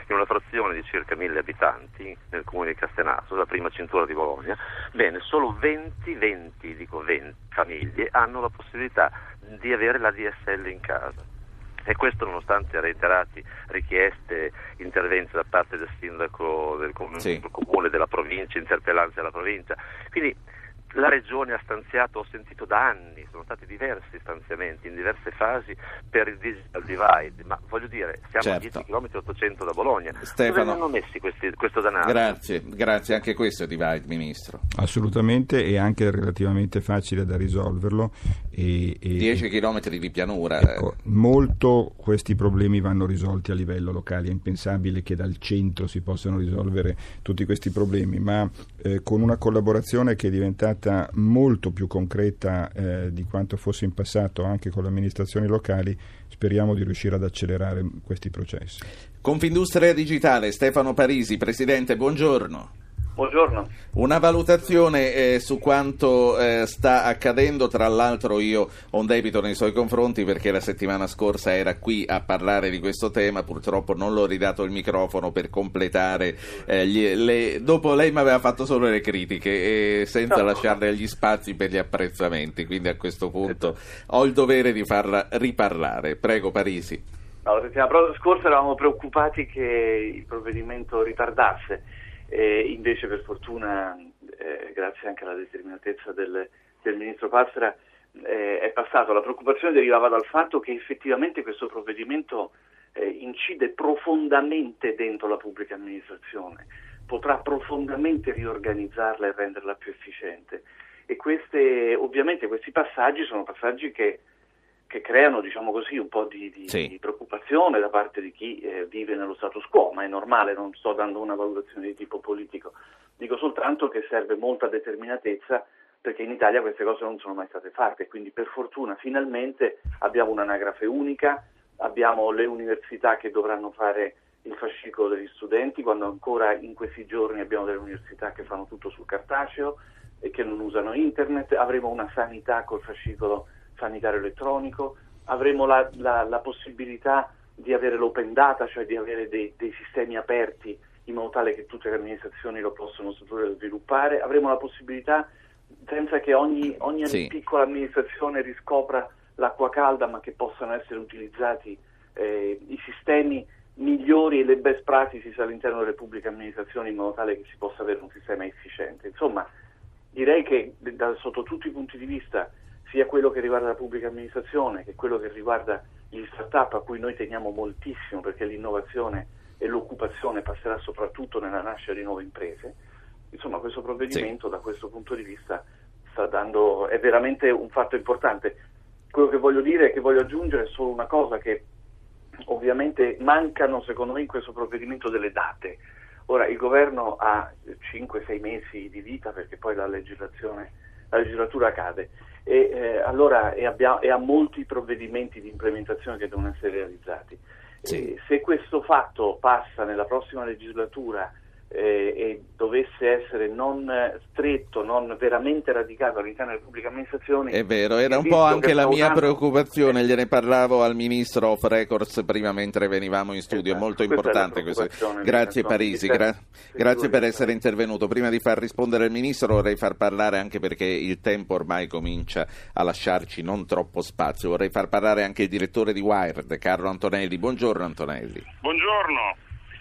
in una frazione di circa mille abitanti nel comune di Castenaso, la prima cintura di Bologna, bene, solo venti, venti, dico venti famiglie hanno la possibilità di avere l'A D S L in casa. E questo nonostante reiterati richieste, interventi da parte del sindaco del comune, sì. del comune, della provincia, interpellanze della provincia. Quindi la regione ha stanziato, ho sentito da anni, sono stati diversi stanziamenti in diverse fasi per il digital divide, ma voglio dire, siamo certo. a dieci chilometri e ottocento da Bologna. Stefano, dove hanno messi questi, questo denaro? Grazie, grazie, anche questo è divide, Ministro. Assolutamente, e anche relativamente facile da risolverlo. E, e, dieci chilometri di pianura. Ecco, molto questi problemi vanno risolti a livello locale, è impensabile che dal centro si possano risolvere tutti questi problemi, ma eh, con una collaborazione che è diventata molto più concreta eh, di quanto fosse in passato anche con le amministrazioni locali, speriamo di riuscire ad accelerare questi processi. Confindustria Digitale, Stefano Parisi, Presidente, buongiorno. Buongiorno. Una valutazione eh, su quanto eh, sta accadendo, tra l'altro io ho un debito nei suoi confronti perché la settimana scorsa era qui a parlare di questo tema, purtroppo non l'ho ridato il microfono per completare, eh, gli, le, dopo lei mi aveva fatto solo le critiche e senza no. lasciarle gli spazi per gli apprezzamenti, quindi a questo punto ho il dovere di farla riparlare. Prego Parisi. No, la settimana scorsa eravamo preoccupati che il provvedimento ritardasse. E invece per fortuna, eh, grazie anche alla determinatezza del, del Ministro Passera, eh, è passato. La preoccupazione derivava dal fatto che effettivamente questo provvedimento eh, incide profondamente dentro la pubblica amministrazione, potrà profondamente riorganizzarla e renderla più efficiente. E queste, ovviamente questi passaggi sono passaggi che che creano, diciamo così, un po' di, di, sì. di preoccupazione da parte di chi eh, vive nello status quo, ma è normale, non sto dando una valutazione di tipo politico. Dico soltanto che serve molta determinatezza, perché in Italia queste cose non sono mai state fatte, quindi per fortuna finalmente abbiamo un'anagrafe unica, abbiamo le università che dovranno fare il fascicolo degli studenti, quando ancora in questi giorni abbiamo delle università che fanno tutto sul cartaceo e che non usano internet, avremo una sanità col fascicolo sanitario elettronico, avremo la, la, la possibilità di avere l'open data, cioè di avere dei, dei sistemi aperti in modo tale che tutte le amministrazioni lo possono sviluppare, avremo la possibilità, senza che ogni, ogni sì. piccola amministrazione riscopra l'acqua calda, ma che possano essere utilizzati eh, i sistemi migliori e le best practices all'interno delle pubbliche amministrazioni in modo tale che si possa avere un sistema efficiente. Insomma, direi che da, sotto tutti i punti di vista, sia quello che riguarda la pubblica amministrazione che quello che riguarda gli start-up, a cui noi teniamo moltissimo perché l'innovazione e l'occupazione passerà soprattutto nella nascita di nuove imprese. Insomma, questo provvedimento sì. da questo punto di vista sta dando, è veramente un fatto importante. Quello che voglio dire e che voglio aggiungere è solo una cosa, che ovviamente mancano secondo me in questo provvedimento delle date. Ora il governo ha cinque sei mesi di vita perché poi la legislazione, la legislatura cade. E eh, allora e, abbiamo, e ha molti provvedimenti di implementazione che devono essere realizzati. Sì. E se questo fatto passa nella prossima legislatura eh, e dovesse essere non stretto, non veramente radicato all'interno delle pubbliche amministrazioni, è vero, era un po' anche la mia preoccupazione, gliene parlavo al Ministro off records prima mentre venivamo in studio, è molto importante questo. Grazie Parisi, gra- grazie per essere intervenuto. Prima di far rispondere il Ministro vorrei far parlare, anche perché il tempo ormai comincia a lasciarci non troppo spazio, vorrei far parlare anche il direttore di Wired, Carlo Antonelli. Buongiorno Antonelli. Buongiorno.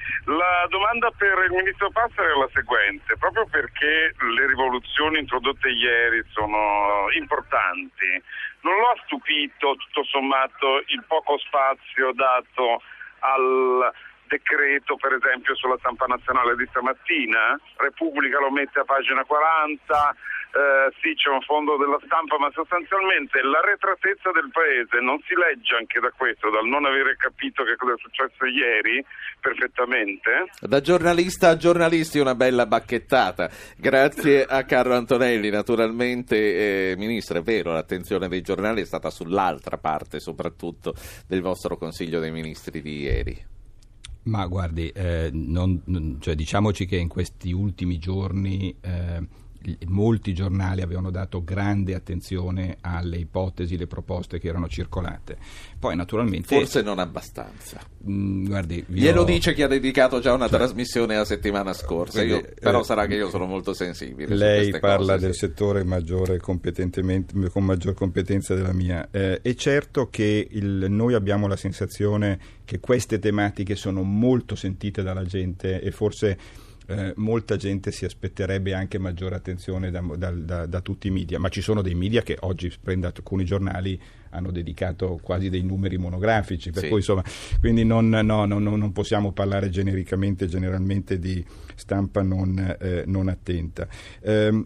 La domanda per il Ministro Passera è la seguente: proprio perché le rivoluzioni introdotte ieri sono importanti, non lo ha stupito tutto sommato il poco spazio dato al decreto, per esempio, sulla stampa nazionale di stamattina? Repubblica lo mette a pagina quaranta, eh, sì c'è un fondo della stampa, ma sostanzialmente l'arretratezza del paese non si legge anche da questo, dal non avere capito che cosa è successo ieri perfettamente? Da giornalista a giornalisti una bella bacchettata. Grazie a Carlo Antonelli. Naturalmente, eh, Ministro, è vero, l'attenzione dei giornali è stata sull'altra parte, soprattutto del vostro Consiglio dei Ministri di ieri. Ma guardi, eh, non, cioè, diciamoci che in questi ultimi giorni eh, molti giornali avevano dato grande attenzione alle ipotesi, le proposte che erano circolate. Poi naturalmente forse non abbastanza. Mh, guardi, glielo ho... dice chi ha dedicato già una cioè, trasmissione la settimana scorsa. Io, eh, però eh, sarà che io sono molto sensibile. Lei parla cose, del sì. settore maggiore competentemente, con maggior competenza della mia. Eh, è certo che il, noi abbiamo la sensazione che queste tematiche sono molto sentite dalla gente e forse Eh, molta gente si aspetterebbe anche maggiore attenzione da, da, da, da tutti i media, ma ci sono dei media che oggi, prendo alcuni giornali, hanno dedicato quasi dei numeri monografici, per sì. cui insomma, quindi non, no, no, no, non possiamo parlare genericamente, generalmente di stampa non, eh, non attenta. Eh,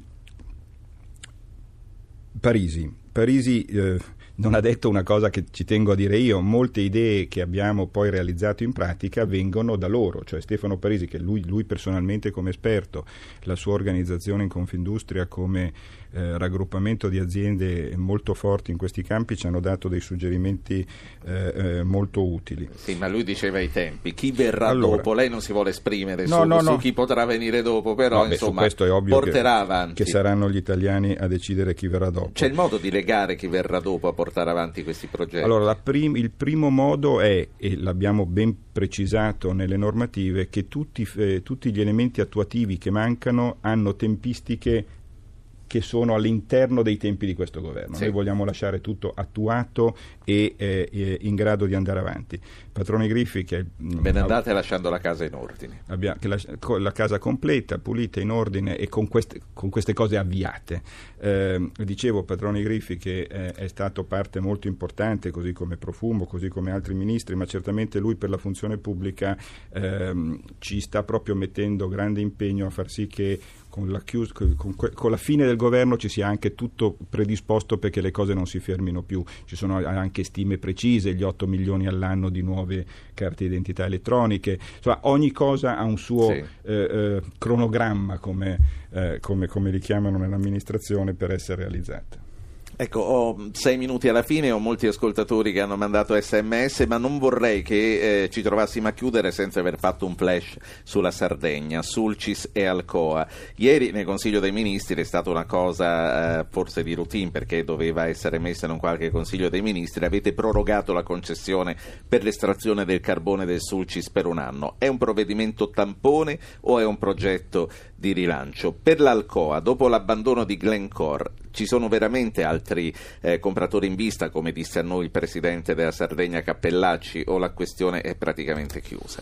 Parisi, Parisi eh, non ha detto una cosa che ci tengo a dire io: molte idee che abbiamo poi realizzato in pratica vengono da loro, cioè Stefano Parisi, che lui, lui personalmente come esperto, la sua organizzazione in Confindustria come eh, raggruppamento di aziende molto forti in questi campi, ci hanno dato dei suggerimenti eh, eh, molto utili. Sì, ma lui diceva ai tempi, chi verrà allora, dopo, lei non si vuole esprimere no, su, no, su no. chi potrà venire dopo, però no, beh, insomma questo è ovvio porterà che, avanti. che saranno gli italiani a decidere chi verrà dopo. C'è il modo di legare chi verrà dopo a portare avanti questi progetti? Allora, la prim- il primo modo è, e l'abbiamo ben precisato nelle normative, che tutti, eh, tutti gli elementi attuativi che mancano hanno tempistiche che sono all'interno dei tempi di questo governo. Sì. Noi vogliamo lasciare tutto attuato e eh, in grado di andare avanti. Patrone Griffi, che ve ne andate ha, lasciando la casa in ordine. Abbia, che la, la casa completa, pulita, in ordine e con queste, con queste cose avviate. Eh, dicevo, Patrone Griffi, che eh, è stato parte molto importante, così come Profumo, così come altri ministri, ma certamente lui per la funzione pubblica ehm, ci sta proprio mettendo grande impegno a far sì che con la, chius- con, con la fine del governo ci sia anche tutto predisposto perché le cose non si fermino più. Ci sono anche stime precise, gli otto milioni all'anno di nuove carte d'identità elettroniche, insomma ogni cosa ha un suo sì. eh, eh, cronogramma, come, eh, come, come li chiamano nell'amministrazione, per essere realizzata. Ecco, ho sei minuti alla fine, ho molti ascoltatori che hanno mandato sms, ma non vorrei che eh, ci trovassimo a chiudere senza aver fatto un flash sulla Sardegna, Sulcis e Alcoa. Ieri nel Consiglio dei Ministri è stata una cosa eh, forse di routine, perché doveva essere messa in un qualche Consiglio dei Ministri, avete prorogato la concessione per l'estrazione del carbone del Sulcis per un anno. È un provvedimento tampone o è un progetto di rilancio? Per l'Alcoa, dopo l'abbandono di Glencore, ci sono veramente altri eh, compratori in vista, come disse a noi il presidente della Sardegna Cappellacci, o la questione è praticamente chiusa?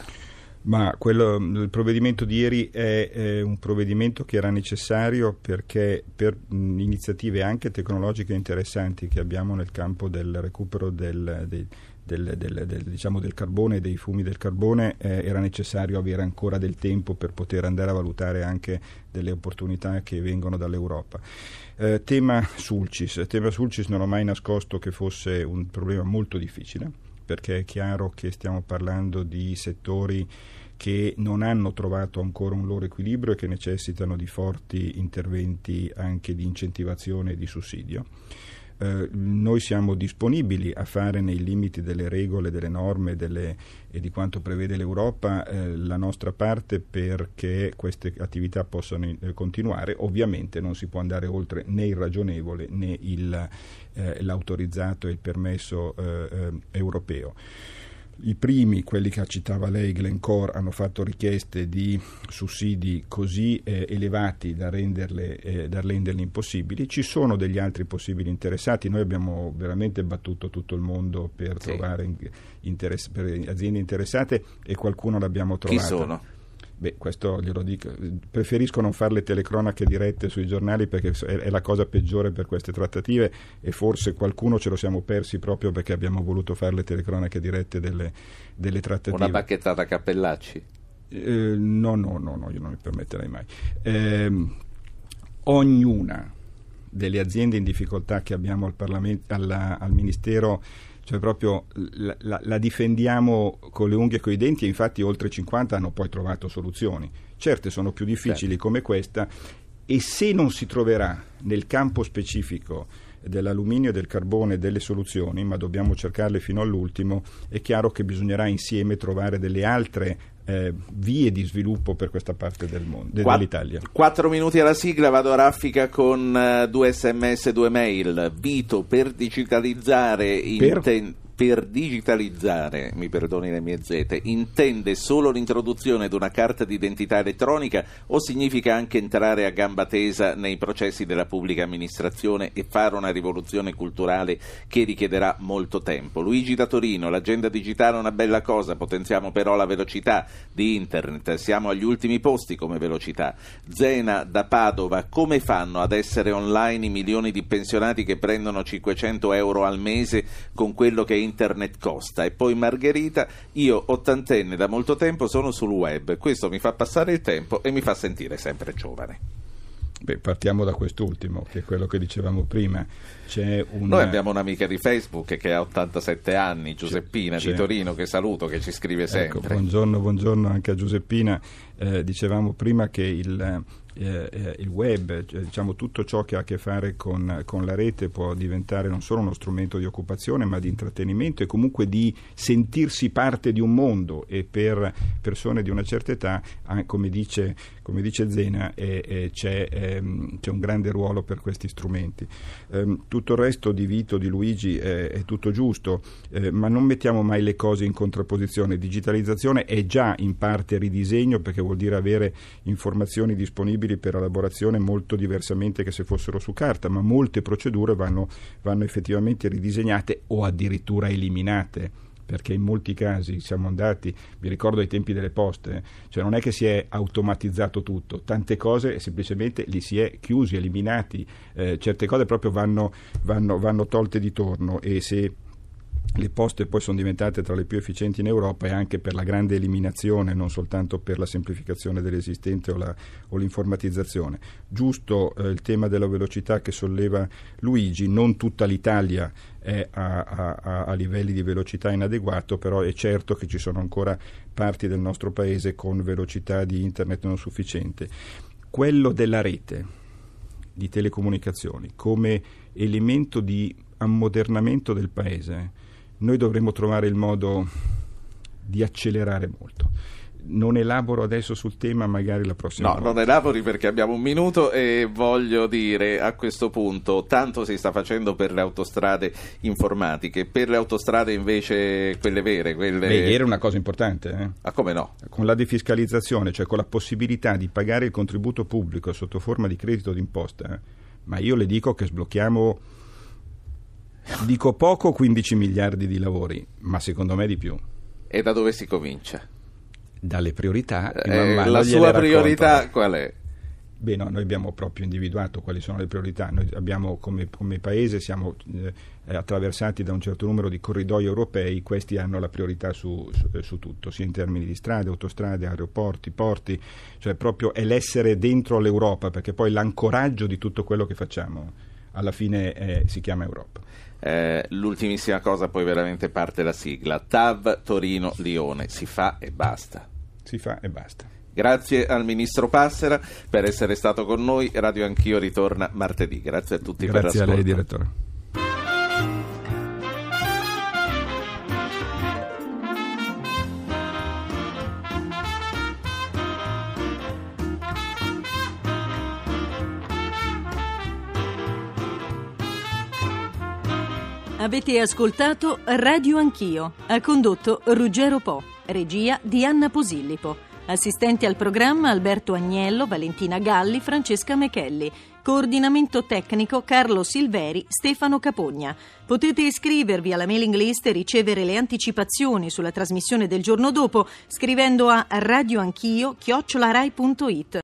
Ma quello, il provvedimento di ieri è, è un provvedimento che era necessario perché per mh, iniziative anche tecnologiche interessanti che abbiamo nel campo del recupero del, del, del, del, del, diciamo del carbone e dei fumi del carbone, eh, era necessario avere ancora del tempo per poter andare a valutare anche delle opportunità che vengono dall'Europa. Eh, tema Sulcis. Tema Sulcis non ho mai nascosto che fosse un problema molto difficile, perché è chiaro che stiamo parlando di settori che non hanno trovato ancora un loro equilibrio e che necessitano di forti interventi anche di incentivazione e di sussidio. Eh, noi siamo disponibili a fare nei limiti delle regole, delle norme delle, e di quanto prevede l'Europa eh, la nostra parte perché queste attività possano eh, continuare. Ovviamente non si può andare oltre né il ragionevole né il, eh, l'autorizzato e il permesso eh, eh, europeo. I primi, quelli che citava lei, Glencore, hanno fatto richieste di sussidi così eh, elevati da renderle, eh, da renderli impossibili. Ci sono degli altri possibili interessati. Noi abbiamo veramente battuto tutto il mondo per sì. trovare interess- per aziende interessate e qualcuno l'abbiamo trovato. Chi sono? Beh, questo glielo dico. Preferisco non fare le telecronache dirette sui giornali perché è la cosa peggiore per queste trattative e forse qualcuno ce lo siamo persi proprio perché abbiamo voluto fare le telecronache dirette delle, delle trattative. Una bacchettata a Cappellacci? Eh, no, no, no, no, io non mi permetterei mai. Eh, ognuna delle aziende in difficoltà che abbiamo al Parlamento, alla, al Ministero, cioè proprio la, la, la difendiamo con le unghie e con i denti, e infatti oltre cinquanta hanno poi trovato soluzioni. Certe sono più difficili, certo, come questa, e se non si troverà nel campo specifico dell'alluminio e del carbone delle soluzioni, ma dobbiamo cercarle fino all'ultimo, è chiaro che bisognerà insieme trovare delle altre eh, vie di sviluppo per questa parte del mondo, de- Qua- dell'Italia. Quattro minuti alla sigla, vado a raffica con uh, due sms, due mail. Vito, per digitalizzare Per? inten- per digitalizzare, mi perdoni le mie zete, intende solo l'introduzione di una carta d'identità elettronica o significa anche entrare a gamba tesa nei processi della pubblica amministrazione e fare una rivoluzione culturale che richiederà molto tempo? Luigi da Torino, l'agenda digitale è una bella cosa, potenziamo però la velocità di internet, siamo agli ultimi posti come velocità. Zena da Padova, come fanno ad essere online i milioni di pensionati che prendono cinquecento euro al mese con quello che internet costa? E poi Margherita, io ottantenne da molto tempo sono sul web, questo mi fa passare il tempo e mi fa sentire sempre giovane. Beh, partiamo da quest'ultimo, che è quello che dicevamo prima. C'è una... Noi abbiamo un'amica di Facebook che ha ottantasette anni, Giuseppina c'è, di Torino, che saluto, che ci scrive sempre. Ecco, buongiorno, buongiorno anche a Giuseppina. Eh, dicevamo prima che il, eh, il web, cioè, diciamo tutto ciò che ha a che fare con, con la rete può diventare non solo uno strumento di occupazione ma di intrattenimento e comunque di sentirsi parte di un mondo, e per persone di una certa età, ah, come dice, come dice Zena, eh, eh, c'è, ehm, c'è un grande ruolo per questi strumenti. Um, tutto il resto di Vito, di Luigi è, è tutto giusto, eh, ma non mettiamo mai le cose in contrapposizione. Digitalizzazione è già in parte ridisegno, perché vuol dire avere informazioni disponibili per elaborazione molto diversamente che se fossero su carta, ma molte procedure vanno, vanno effettivamente ridisegnate o addirittura eliminate, perché in molti casi siamo andati, vi ricordo ai tempi delle poste, cioè non è che si è automatizzato tutto, tante cose semplicemente li si è chiusi, eliminati, eh, certe cose proprio vanno, vanno, vanno tolte di torno, e se le poste poi sono diventate tra le più efficienti in Europa è anche per la grande eliminazione, non soltanto per la semplificazione dell'esistente o, la, o l'informatizzazione. Giusto eh, il tema della velocità che solleva Luigi, non tutta l'Italia è a, a, a livelli di velocità inadeguato, però è certo che ci sono ancora parti del nostro paese con velocità di internet non sufficiente. Quello della rete di telecomunicazioni come elemento di ammodernamento del paese, noi dovremmo trovare il modo di accelerare molto. Non elaboro adesso sul tema, magari la prossima no, volta. Non elabori perché abbiamo un minuto, e voglio dire a questo punto, tanto si sta facendo per le autostrade informatiche, per le autostrade invece quelle vere, quelle... Beh, ieri è una cosa importante, eh? Ah, come no? Con la defiscalizzazione, cioè con la possibilità di pagare il contributo pubblico sotto forma di credito d'imposta, eh? Ma io le dico che sblocchiamo, dico poco, quindici miliardi di lavori, ma secondo me di più. E da dove si comincia? Dalle priorità. Eh, la sua priorità qual è? Beh, no, noi abbiamo proprio individuato quali sono le priorità. Noi abbiamo come, come paese siamo eh, attraversati da un certo numero di corridoi europei, questi hanno la priorità su, su, su tutto, sia in termini di strade, autostrade, aeroporti, porti, cioè proprio è l'essere dentro l'Europa, perché poi l'ancoraggio di tutto quello che facciamo alla fine eh, si chiama Europa. Eh, l'ultimissima cosa, poi veramente parte la sigla. T A V Torino-Lione, si fa e basta. Si fa e basta. Grazie al Ministro Passera per essere stato con noi. Radio Anch'io ritorna martedì. Grazie a tutti. Grazie per l'ascolto. a lei, direttore. Avete ascoltato Radio Anch'io. Ha condotto Ruggero Po. Regia di Anna Posillipo. Assistenti al programma Alberto Agnello, Valentina Galli, Francesca Mechelli. Coordinamento tecnico Carlo Silveri, Stefano Capogna. Potete iscrivervi alla mailing list e ricevere le anticipazioni sulla trasmissione del giorno dopo scrivendo a radioanchio chiocciola rai punto it.